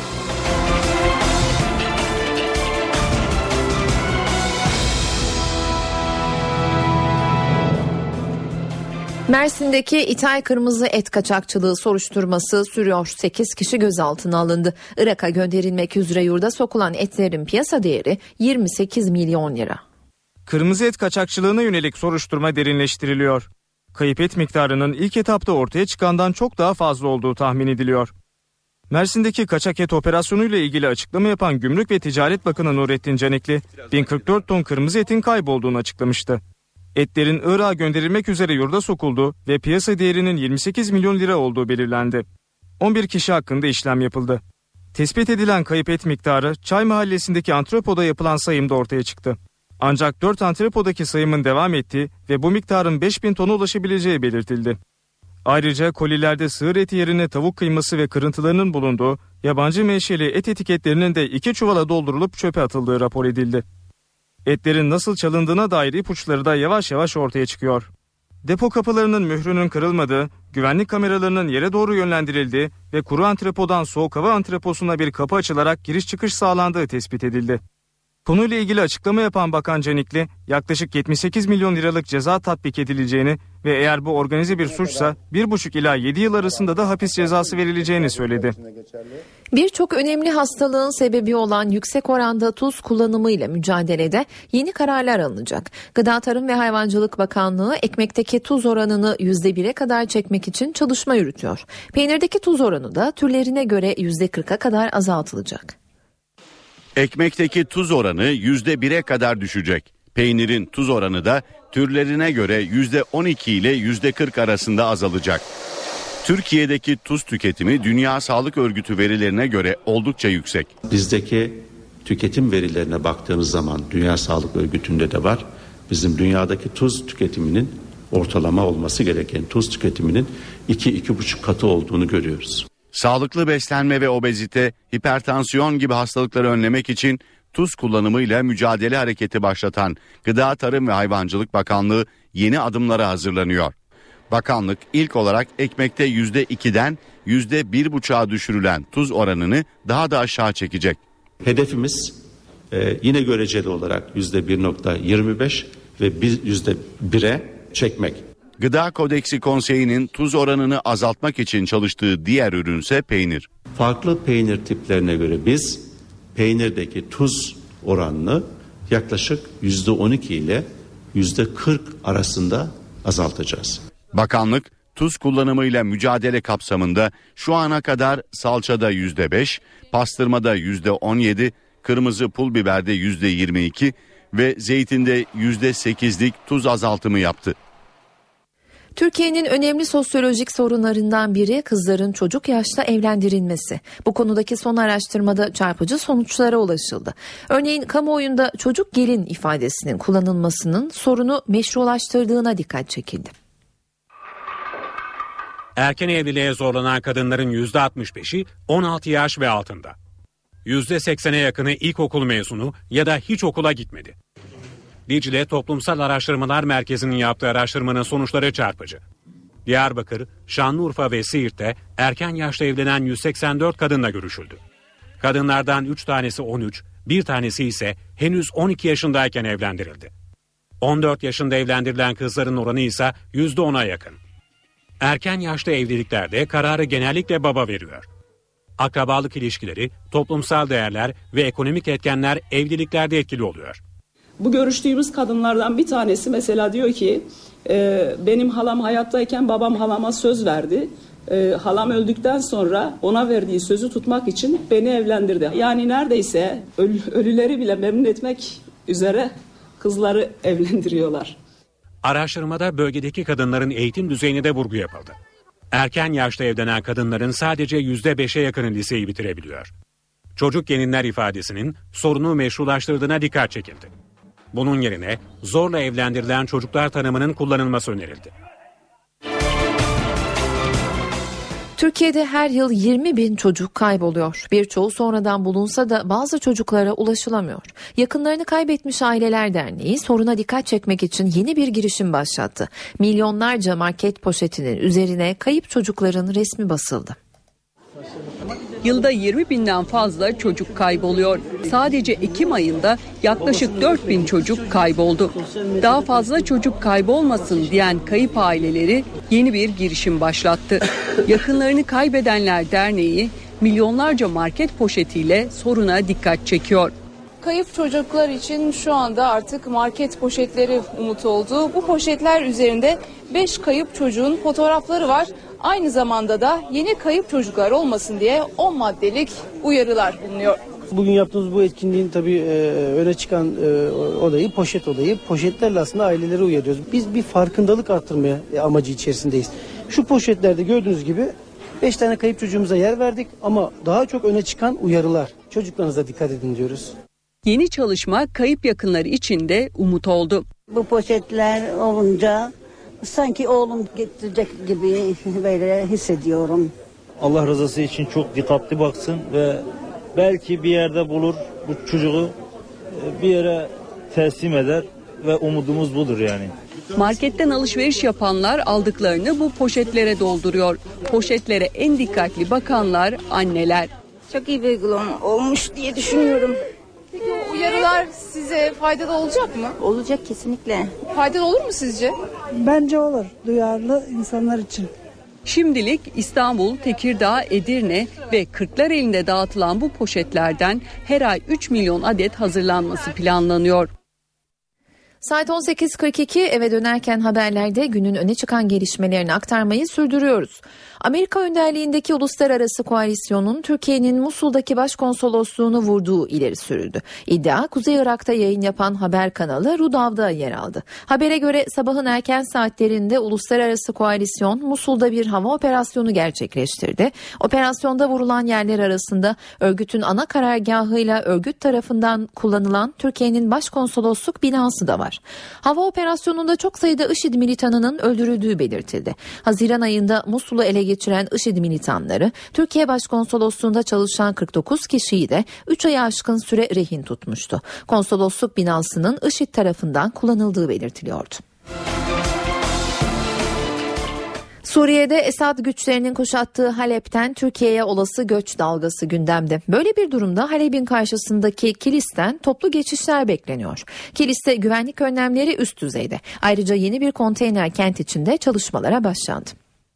Mersin'deki ithal kırmızı et kaçakçılığı soruşturması sürüyor. 8 kişi gözaltına alındı. Irak'a gönderilmek üzere yurda sokulan etlerin piyasa değeri 28 milyon lira. Kırmızı et kaçakçılığına yönelik soruşturma derinleştiriliyor. Kayıp et miktarının ilk etapta ortaya çıkandan çok daha fazla olduğu tahmin ediliyor. Mersin'deki kaçak et operasyonuyla ilgili açıklama yapan Gümrük ve Ticaret Bakanı Nurettin Canikli, 1044 ton kırmızı etin kaybolduğunu açıklamıştı. Etlerin Irak'a gönderilmek üzere yurda sokuldu ve piyasa değerinin 28 milyon lira olduğu belirlendi. 11 kişi hakkında işlem yapıldı. Tespit edilen kayıp et miktarı Çay Mahallesi'ndeki antrepoda yapılan sayımda ortaya çıktı. Ancak 4 antrepodaki sayımın devam ettiği ve bu miktarın 5000 tona ulaşabileceği belirtildi. Ayrıca kolilerde sığır eti yerine tavuk kıyması ve kırıntılarının bulunduğu yabancı menşeli et etiketlerinin de 2 çuvala doldurulup çöpe atıldığı rapor edildi. Etlerin nasıl çalındığına dair ipuçları da yavaş yavaş ortaya çıkıyor. Depo kapılarının mührünün kırılmadığı, güvenlik kameralarının yere doğru yönlendirildiği ve kuru antrepodan soğuk hava antreposuna bir kapı açılarak giriş çıkış sağlandığı tespit edildi. Konuyla ilgili açıklama yapan Bakan Canikli, yaklaşık 78 milyon liralık ceza tatbik edileceğini ve eğer bu organize bir suçsa 1,5 ila 7 yıl arasında da hapis cezası verileceğini söyledi. Birçok önemli hastalığın sebebi olan yüksek oranda tuz kullanımıyla mücadelede yeni kararlar alınacak. Gıda Tarım ve Hayvancılık Bakanlığı ekmekteki tuz oranını %1'e kadar çekmek için çalışma yürütüyor. Peynirdeki tuz oranı da türlerine göre %40'a kadar azaltılacak. Ekmekteki tuz oranı %1'e kadar düşecek. Peynirin tuz oranı da türlerine göre %12 ile %40 arasında azalacak. Türkiye'deki tuz tüketimi Dünya Sağlık Örgütü verilerine göre oldukça yüksek. Bizdeki tüketim verilerine baktığımız zaman Dünya Sağlık Örgütü'nde de var. Bizim dünyadaki tuz tüketiminin ortalama olması gereken tuz tüketiminin 2-2,5 katı olduğunu görüyoruz. Sağlıklı beslenme ve obezite, hipertansiyon gibi hastalıkları önlemek için tuz kullanımıyla mücadele hareketi başlatan Gıda Tarım ve Hayvancılık Bakanlığı yeni adımlara hazırlanıyor. Bakanlık ilk olarak ekmekte %2'den %1,5'a düşürülen tuz oranını daha da aşağı çekecek. Hedefimiz yine göreceli olarak %1,25 ve %1'e çekmek. Gıda Kodeksi Konseyi'nin tuz oranını azaltmak için çalıştığı diğer ürünse peynir. Farklı peynir tiplerine göre biz peynirdeki tuz oranını yaklaşık %12 ile %40 arasında azaltacağız. Bakanlık tuz kullanımıyla mücadele kapsamında şu ana kadar salçada %5, pastırmada %17, kırmızı pul biberde %22 ve zeytinde %8'lik tuz azaltımı yaptı. Türkiye'nin önemli sosyolojik sorunlarından biri kızların çocuk yaşta evlendirilmesi. Bu konudaki son araştırmada çarpıcı sonuçlara ulaşıldı. Örneğin kamuoyunda çocuk gelin ifadesinin kullanılmasının sorunu meşrulaştırdığına dikkat çekildi. Erken evliliğe zorlanan kadınların %65'i 16 yaş ve altında. %80'e yakını ilkokul mezunu ya da hiç okula gitmedi. Dicle Toplumsal Araştırmalar Merkezi'nin yaptığı araştırmanın sonuçları çarpıcı. Diyarbakır, Şanlıurfa ve Siirt'te erken yaşta evlenen 184 kadınla görüşüldü. Kadınlardan 3 tanesi 13, bir tanesi ise henüz 12 yaşındayken evlendirildi. 14 yaşında evlendirilen kızların oranı ise %10'a yakın. Erken yaşta evliliklerde kararı genellikle baba veriyor. Akrabalık ilişkileri, toplumsal değerler ve ekonomik etkenler evliliklerde etkili oluyor. Bu görüştüğümüz kadınlardan bir tanesi mesela diyor ki benim halam hayattayken babam halama söz verdi. Halam öldükten sonra ona verdiği sözü tutmak için beni evlendirdi. Yani neredeyse ölüleri bile memnun etmek üzere kızları evlendiriyorlar. Araştırmada bölgedeki kadınların eğitim düzeyine de vurgu yapıldı. Erken yaşta evlenen kadınların sadece %5'e yakını liseyi bitirebiliyor. Çocuk gelinler ifadesinin sorunu meşrulaştırdığına dikkat çekildi. Bunun yerine zorla evlendirilen çocuklar tanımının kullanılması önerildi. Türkiye'de her yıl 20 bin çocuk kayboluyor. Birçoğu sonradan bulunsa da bazı çocuklara ulaşılamıyor. Yakınlarını kaybetmiş Aileler Derneği soruna dikkat çekmek için yeni bir girişim başlattı. Milyonlarca market poşetinin üzerine kayıp çocukların resmi basıldı. Yılda 20 binden fazla çocuk kayboluyor. Sadece Ekim ayında yaklaşık 4 bin çocuk kayboldu. Daha fazla çocuk kaybolmasın diyen kayıp aileleri yeni bir girişim başlattı. Yakınlarını Kaybedenler Derneği milyonlarca market poşetiyle soruna dikkat çekiyor. Kayıp çocuklar için şu anda artık market poşetleri umut oldu. Bu poşetler üzerinde 5 kayıp çocuğun fotoğrafları var. Aynı zamanda da yeni kayıp çocuklar olmasın diye 10 maddelik uyarılar bulunuyor. Bugün yaptığımız bu etkinliğin tabii öne çıkan olayı poşet olayı. Poşetlerle aslında aileleri uyarıyoruz. Biz bir farkındalık arttırmaya amacı içerisindeyiz. Şu poşetlerde gördüğünüz gibi 5 tane kayıp çocuğumuza yer verdik ama daha çok öne çıkan uyarılar. Çocuklarınıza dikkat edin diyoruz. Yeni çalışma kayıp yakınları için de umut oldu. Bu poşetler olunca sanki oğlum getirecek gibi böyle hissediyorum. Allah rızası için çok dikkatli baksın ve belki bir yerde bulur bu çocuğu, bir yere teslim eder ve umudumuz budur yani. Marketten alışveriş yapanlar aldıklarını bu poşetlere dolduruyor. Poşetlere en dikkatli bakanlar anneler. Çok iyi bir uygulama olmuş diye düşünüyorum. Peki o uyarılar size faydalı olacak mı? Olacak kesinlikle. Faydalı olur mu sizce? Bence olur, duyarlı insanlar için. Şimdilik İstanbul, Tekirdağ, Edirne ve Kırklareli'nde dağıtılan bu poşetlerden her ay 3 milyon adet hazırlanması planlanıyor. Saat 18.42 eve dönerken haberlerde günün öne çıkan gelişmelerini aktarmayı sürdürüyoruz. Amerika önderliğindeki uluslararası koalisyonun Türkiye'nin Musul'daki başkonsolosluğunu vurduğu ileri sürüldü. İddia Kuzey Irak'ta yayın yapan haber kanalı Rudav'da yer aldı. Habere göre sabahın erken saatlerinde uluslararası koalisyon Musul'da bir hava operasyonu gerçekleştirdi. Operasyonda vurulan yerler arasında örgütün ana karargahıyla örgüt tarafından kullanılan Türkiye'nin başkonsolosluk binası da var. Hava operasyonunda çok sayıda IŞİD militanının öldürüldüğü belirtildi. Haziran ayında Musul'u ele geçiren IŞİD militanları Türkiye Başkonsolosluğu'nda çalışan 49 kişiyi de 3 aya aşkın süre rehin tutmuştu. Konsolosluk binasının IŞİD tarafından kullanıldığı belirtiliyordu. Suriye'de Esad güçlerinin kuşattığı Halep'ten Türkiye'ye olası göç dalgası gündemde. Böyle bir durumda Halep'in karşısındaki Kilis'ten toplu geçişler bekleniyor. Kilis'te güvenlik önlemleri üst düzeyde. Ayrıca yeni bir konteyner kent içinde çalışmalara başlandı.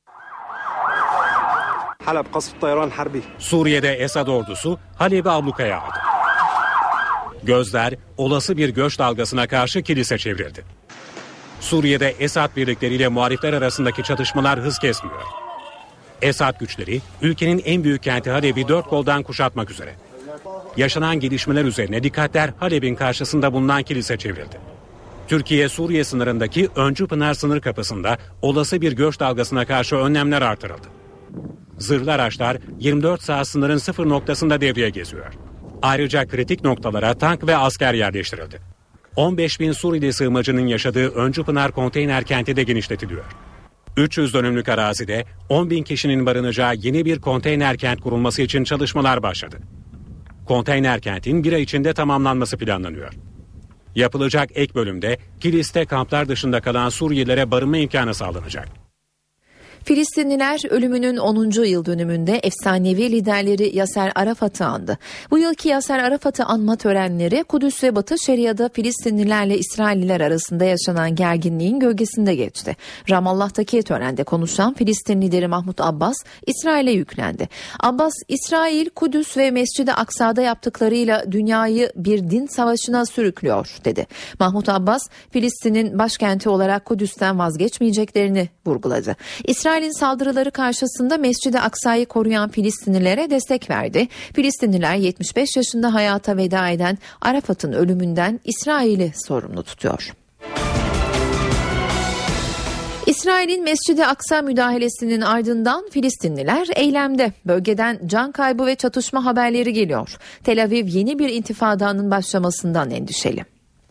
Suriye'de Esad ordusu Halep'i ablukaya aldı. Gözler olası bir göç dalgasına karşı Kilis'e çevrildi. Suriye'de Esad birlikleriyle muhalifler arasındaki çatışmalar hız kesmiyor. Esad güçleri ülkenin en büyük kenti Halep'i 4 koldan kuşatmak üzere. Yaşanan gelişmeler üzerine dikkatler Halep'in karşısında bulunan Kilis'e çevrildi. Türkiye-Suriye sınırındaki Öncü Pınar sınır kapısında olası bir göç dalgasına karşı önlemler artırıldı. Zırhlı araçlar 24 saat sınırın sıfır noktasında devreye geziyor. Ayrıca kritik noktalara tank ve asker yerleştirildi. 15 bin Suriyeli sığınmacının yaşadığı Öncü Pınar konteyner kenti de genişletiliyor. 300 dönümlük arazide 10 bin kişinin barınacağı yeni bir konteyner kent kurulması için çalışmalar başladı. Konteyner kentin bir ay içinde tamamlanması planlanıyor. Yapılacak ek bölümde Kilis'te kamplar dışında kalan Suriyelilere barınma imkanı sağlanacak. Filistinliler ölümünün 10. yıl dönümünde efsanevi liderleri Yaser Arafat'ı andı. Bu yılki Yaser Arafat'ı anma törenleri Kudüs ve Batı Şeria'da Filistinlilerle İsrailliler arasında yaşanan gerginliğin gölgesinde geçti. Ramallah'taki törende konuşan Filistin lideri Mahmut Abbas İsrail'e yüklendi. Abbas, İsrail, Kudüs ve Mescid-i Aksa'da yaptıklarıyla dünyayı bir din savaşına sürüklüyor dedi. Mahmut Abbas, Filistin'in başkenti olarak Kudüs'ten vazgeçmeyeceklerini vurguladı. İsrail'in saldırıları karşısında Mescid-i Aksa'yı koruyan Filistinlilere destek verdi. Filistinliler 75 yaşında hayata veda eden Arafat'ın ölümünden İsrail'i sorumlu tutuyor. İsrail'in Mescid-i Aksa müdahalesinin ardından Filistinliler eylemde. Bölgeden can kaybı ve çatışma haberleri geliyor. Tel Aviv yeni bir intifadanın başlamasından endişeli.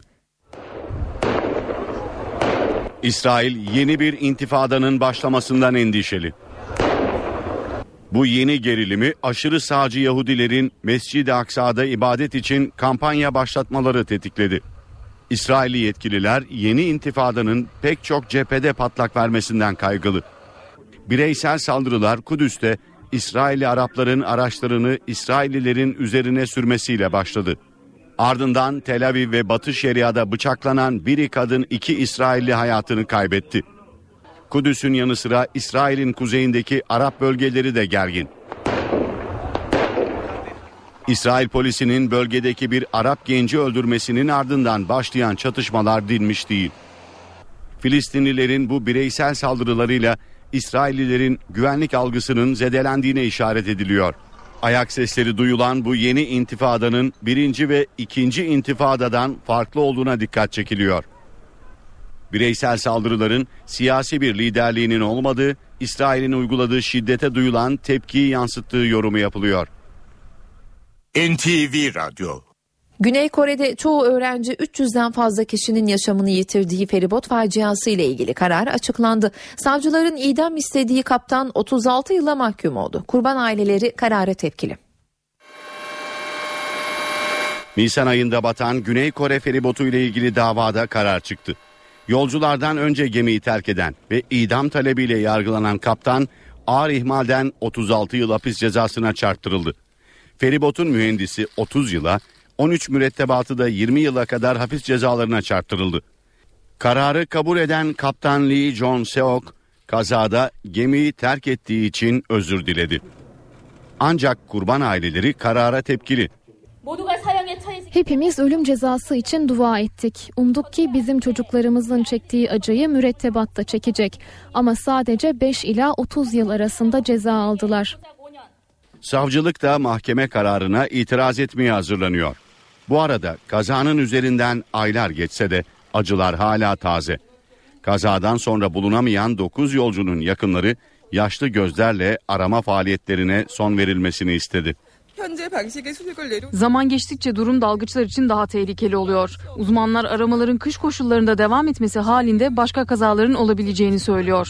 İsrail yeni bir intifadanın başlamasından endişeli. Bu yeni gerilimi aşırı sağcı Yahudilerin Mescid-i Aksa'da ibadet için kampanya başlatmaları tetikledi. İsrailli yetkililer yeni intifadanın pek çok cephede patlak vermesinden kaygılı. Bireysel saldırılar Kudüs'te İsrailli Arapların araçlarını İsraillilerin üzerine sürmesiyle başladı. Ardından Tel Aviv ve Batı Şeria'da bıçaklanan biri kadın 2 İsrailli hayatını kaybetti. Kudüs'ün yanı sıra İsrail'in kuzeyindeki Arap bölgeleri de gergin. İsrail polisinin bölgedeki bir Arap genci öldürmesinin ardından başlayan çatışmalar dinmiş değil. Filistinlilerin bu bireysel saldırılarıyla İsraillilerin güvenlik algısının zedelendiğine işaret ediliyor. Ayak sesleri duyulan bu yeni intifadanın 1. ve 2. intifadadan farklı olduğuna dikkat çekiliyor. Bireysel saldırıların siyasi bir liderliğinin olmadığı, İsrail'in uyguladığı şiddete duyulan tepkiyi yansıttığı yorumu yapılıyor. NTV Radyo. Güney Kore'de çoğu öğrenci 300'den fazla kişinin yaşamını yitirdiği feribot faciası ile ilgili karar açıklandı. Savcıların idam istediği kaptan 36 yıla mahkum oldu. Kurban aileleri karara tepkili. Nisan ayında batan Güney Kore feribotu ile ilgili davada karar çıktı. Yolculardan önce gemiyi terk eden ve idam talebiyle yargılanan kaptan ağır ihmalden 36 yıl hapis cezasına çarptırıldı. Feribotun mühendisi 30 yıla, 13 mürettebatı da 20 yıla kadar hapis cezalarına çarptırıldı. Kararı kabul eden kaptan Lee Jong-seok kazada gemiyi terk ettiği için özür diledi. Ancak kurban aileleri karara tepkili. Hepimiz ölüm cezası için dua ettik. Umduk ki bizim çocuklarımızın çektiği acıyı mürettebat da çekecek. Ama sadece 5 ila 30 yıl arasında ceza aldılar. Savcılık da mahkeme kararına itiraz etmeye hazırlanıyor. Bu arada kazanın üzerinden aylar geçse de acılar hala taze. Kazadan sonra bulunamayan 9 yolcunun yakınları yaşlı gözlerle arama faaliyetlerine son verilmesini istedi. Zaman geçtikçe durum dalgıçlar için daha tehlikeli oluyor. Uzmanlar aramaların kış koşullarında devam etmesi halinde başka kazaların olabileceğini söylüyor.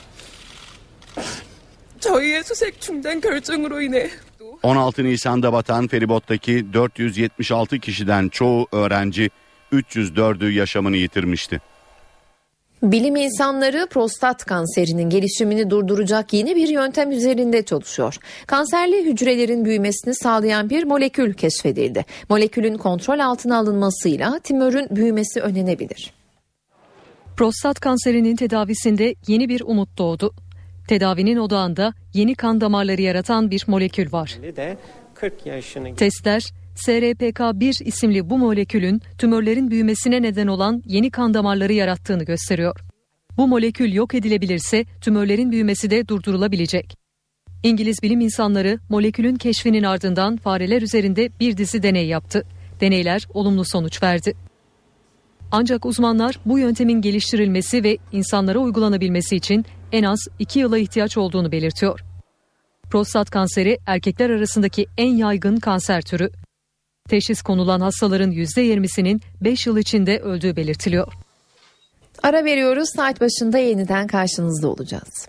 16 Nisan'da batan feribottaki 476 kişiden çoğu öğrenci, 304'ü yaşamını yitirmişti. Bilim insanları prostat kanserinin gelişimini durduracak yeni bir yöntem üzerinde çalışıyor. Kanserli hücrelerin büyümesini sağlayan bir molekül keşfedildi. Molekülün kontrol altına alınmasıyla tümörün büyümesi önlenebilir. Prostat kanserinin tedavisinde yeni bir umut doğdu. Tedavinin odağında yeni kan damarları yaratan bir molekül var. Testler, SRPK1 isimli bu molekülün tümörlerin büyümesine neden olan yeni kan damarları yarattığını gösteriyor. Bu molekül yok edilebilirse tümörlerin büyümesi de durdurulabilecek. İngiliz bilim insanları molekülün keşfinin ardından fareler üzerinde bir dizi deney yaptı. Deneyler olumlu sonuç verdi. Ancak uzmanlar bu yöntemin geliştirilmesi ve insanlara uygulanabilmesi için en az 2 yıla ihtiyaç olduğunu belirtiyor. Prostat kanseri erkekler arasındaki en yaygın kanser türü. Teşhis konulan hastaların %20'sinin 5 yıl içinde öldüğü belirtiliyor. Ara veriyoruz. Saat başında yeniden karşınızda olacağız.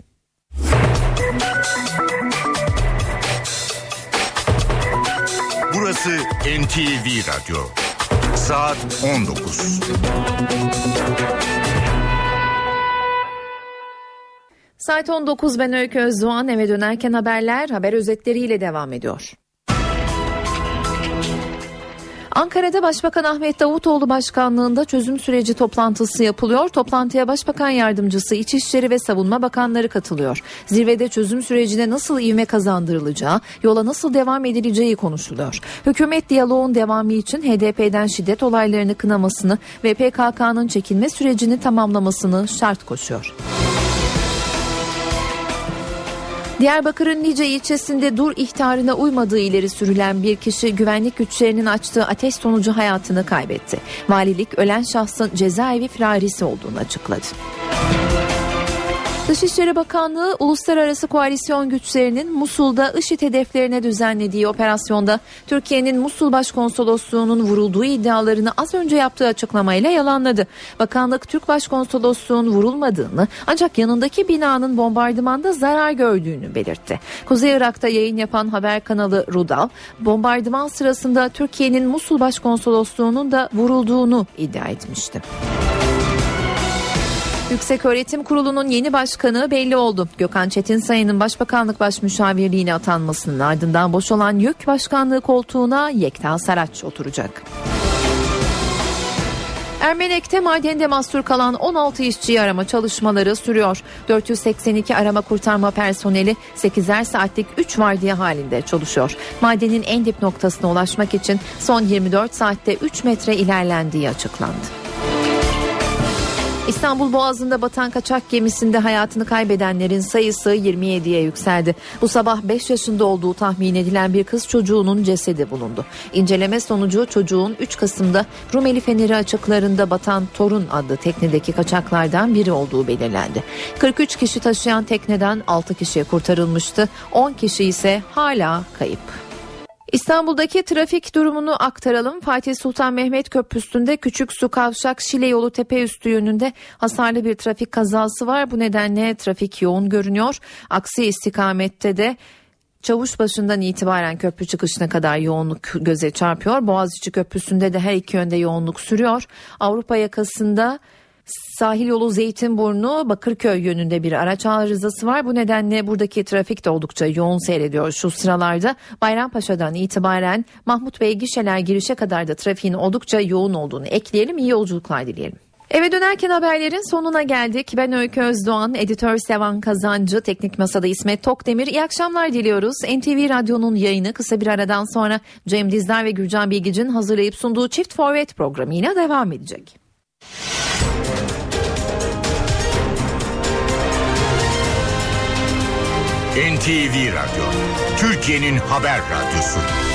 Burası NTV Radyo. Saat 19. Saat 19, ben Öykü Özdoğan. Eve dönerken haber özetleriyle devam ediyor. Ankara'da Başbakan Ahmet Davutoğlu başkanlığında çözüm süreci toplantısı yapılıyor. Toplantıya Başbakan Yardımcısı, İçişleri ve Savunma Bakanları katılıyor. Zirvede çözüm sürecine nasıl ivme kazandırılacağı, yola nasıl devam edileceği konuşuluyor. Hükümet diyaloğun devamı için HDP'den şiddet olaylarını kınamasını ve PKK'nın çekilme sürecini tamamlamasını şart koşuyor. Diyarbakır'ın Lice ilçesinde dur ihtarına uymadığı ileri sürülen bir kişi güvenlik güçlerinin açtığı ateş sonucu hayatını kaybetti. Valilik ölen şahsın cezaevi firarisi olduğunu açıkladı. Dışişleri Bakanlığı, uluslararası koalisyon güçlerinin Musul'da IŞİD hedeflerine düzenlediği operasyonda Türkiye'nin Musul Başkonsolosluğu'nun vurulduğu iddialarını az önce yaptığı açıklamayla yalanladı. Bakanlık, Türk Başkonsolosluğu'nun vurulmadığını ancak yanındaki binanın bombardımanda zarar gördüğünü belirtti. Kuzey Irak'ta yayın yapan haber kanalı Rudav, bombardıman sırasında Türkiye'nin Musul Başkonsolosluğu'nun da vurulduğunu iddia etmişti. Yükseköğretim Kurulu'nun yeni başkanı belli oldu. Gökhan Çetinsay'ın Başbakanlık Başmüşavirliğine atanmasının ardından boşalan YÖK Başkanlığı koltuğuna Yekta Saraç oturacak. Ermenek'te madende mahsur kalan 16 işçiyi arama çalışmaları sürüyor. 482 arama kurtarma personeli 8'er saatlik 3 vardiya halinde çalışıyor. Madenin en dip noktasına ulaşmak için son 24 saatte 3 metre ilerlendiği açıklandı. İstanbul Boğazı'nda batan kaçak gemisinde hayatını kaybedenlerin sayısı 27'ye yükseldi. Bu sabah 5 yaşında olduğu tahmin edilen bir kız çocuğunun cesedi bulundu. İnceleme sonucu çocuğun 3 Kasım'da Rumeli Feneri açıklarında batan Torun adlı teknedeki kaçaklardan biri olduğu belirlendi. 43 kişi taşıyan tekneden 6 kişi kurtarılmıştı. 10 kişi ise hala kayıp. İstanbul'daki trafik durumunu aktaralım. Fatih Sultan Mehmet Köprüsü'nde Küçüksu Kavşak Şile yolu Tepeüstü yönünde hasarlı bir trafik kazası var. Bu nedenle trafik yoğun görünüyor. Aksi istikamette de Çavuşbaşı'ndan itibaren köprü çıkışına kadar yoğunluk göze çarpıyor. Boğaziçi Köprüsü'nde de her iki yönde yoğunluk sürüyor. Avrupa yakasında sahil yolu Zeytinburnu Bakırköy yönünde bir araç arızası var. Bu nedenle buradaki trafik de oldukça yoğun seyrediyor şu sıralarda. Bayrampaşa'dan itibaren Mahmut Bey gişeler girişe kadar da trafiğin oldukça yoğun olduğunu ekleyelim. İyi yolculuklar dileyelim. Eve dönerken haberlerin sonuna geldik. Ben Öykü Özdoğan, editör Sevan Kazancı, teknik masada İsmet Tokdemir. İyi akşamlar diliyoruz. NTV Radyo'nun yayını kısa bir aradan sonra Cem Dizdar ve Gürcan Bilgic'in hazırlayıp sunduğu Çift Forvet programıyla devam edecek. NTV Radyo, Türkiye'nin haber radyosu.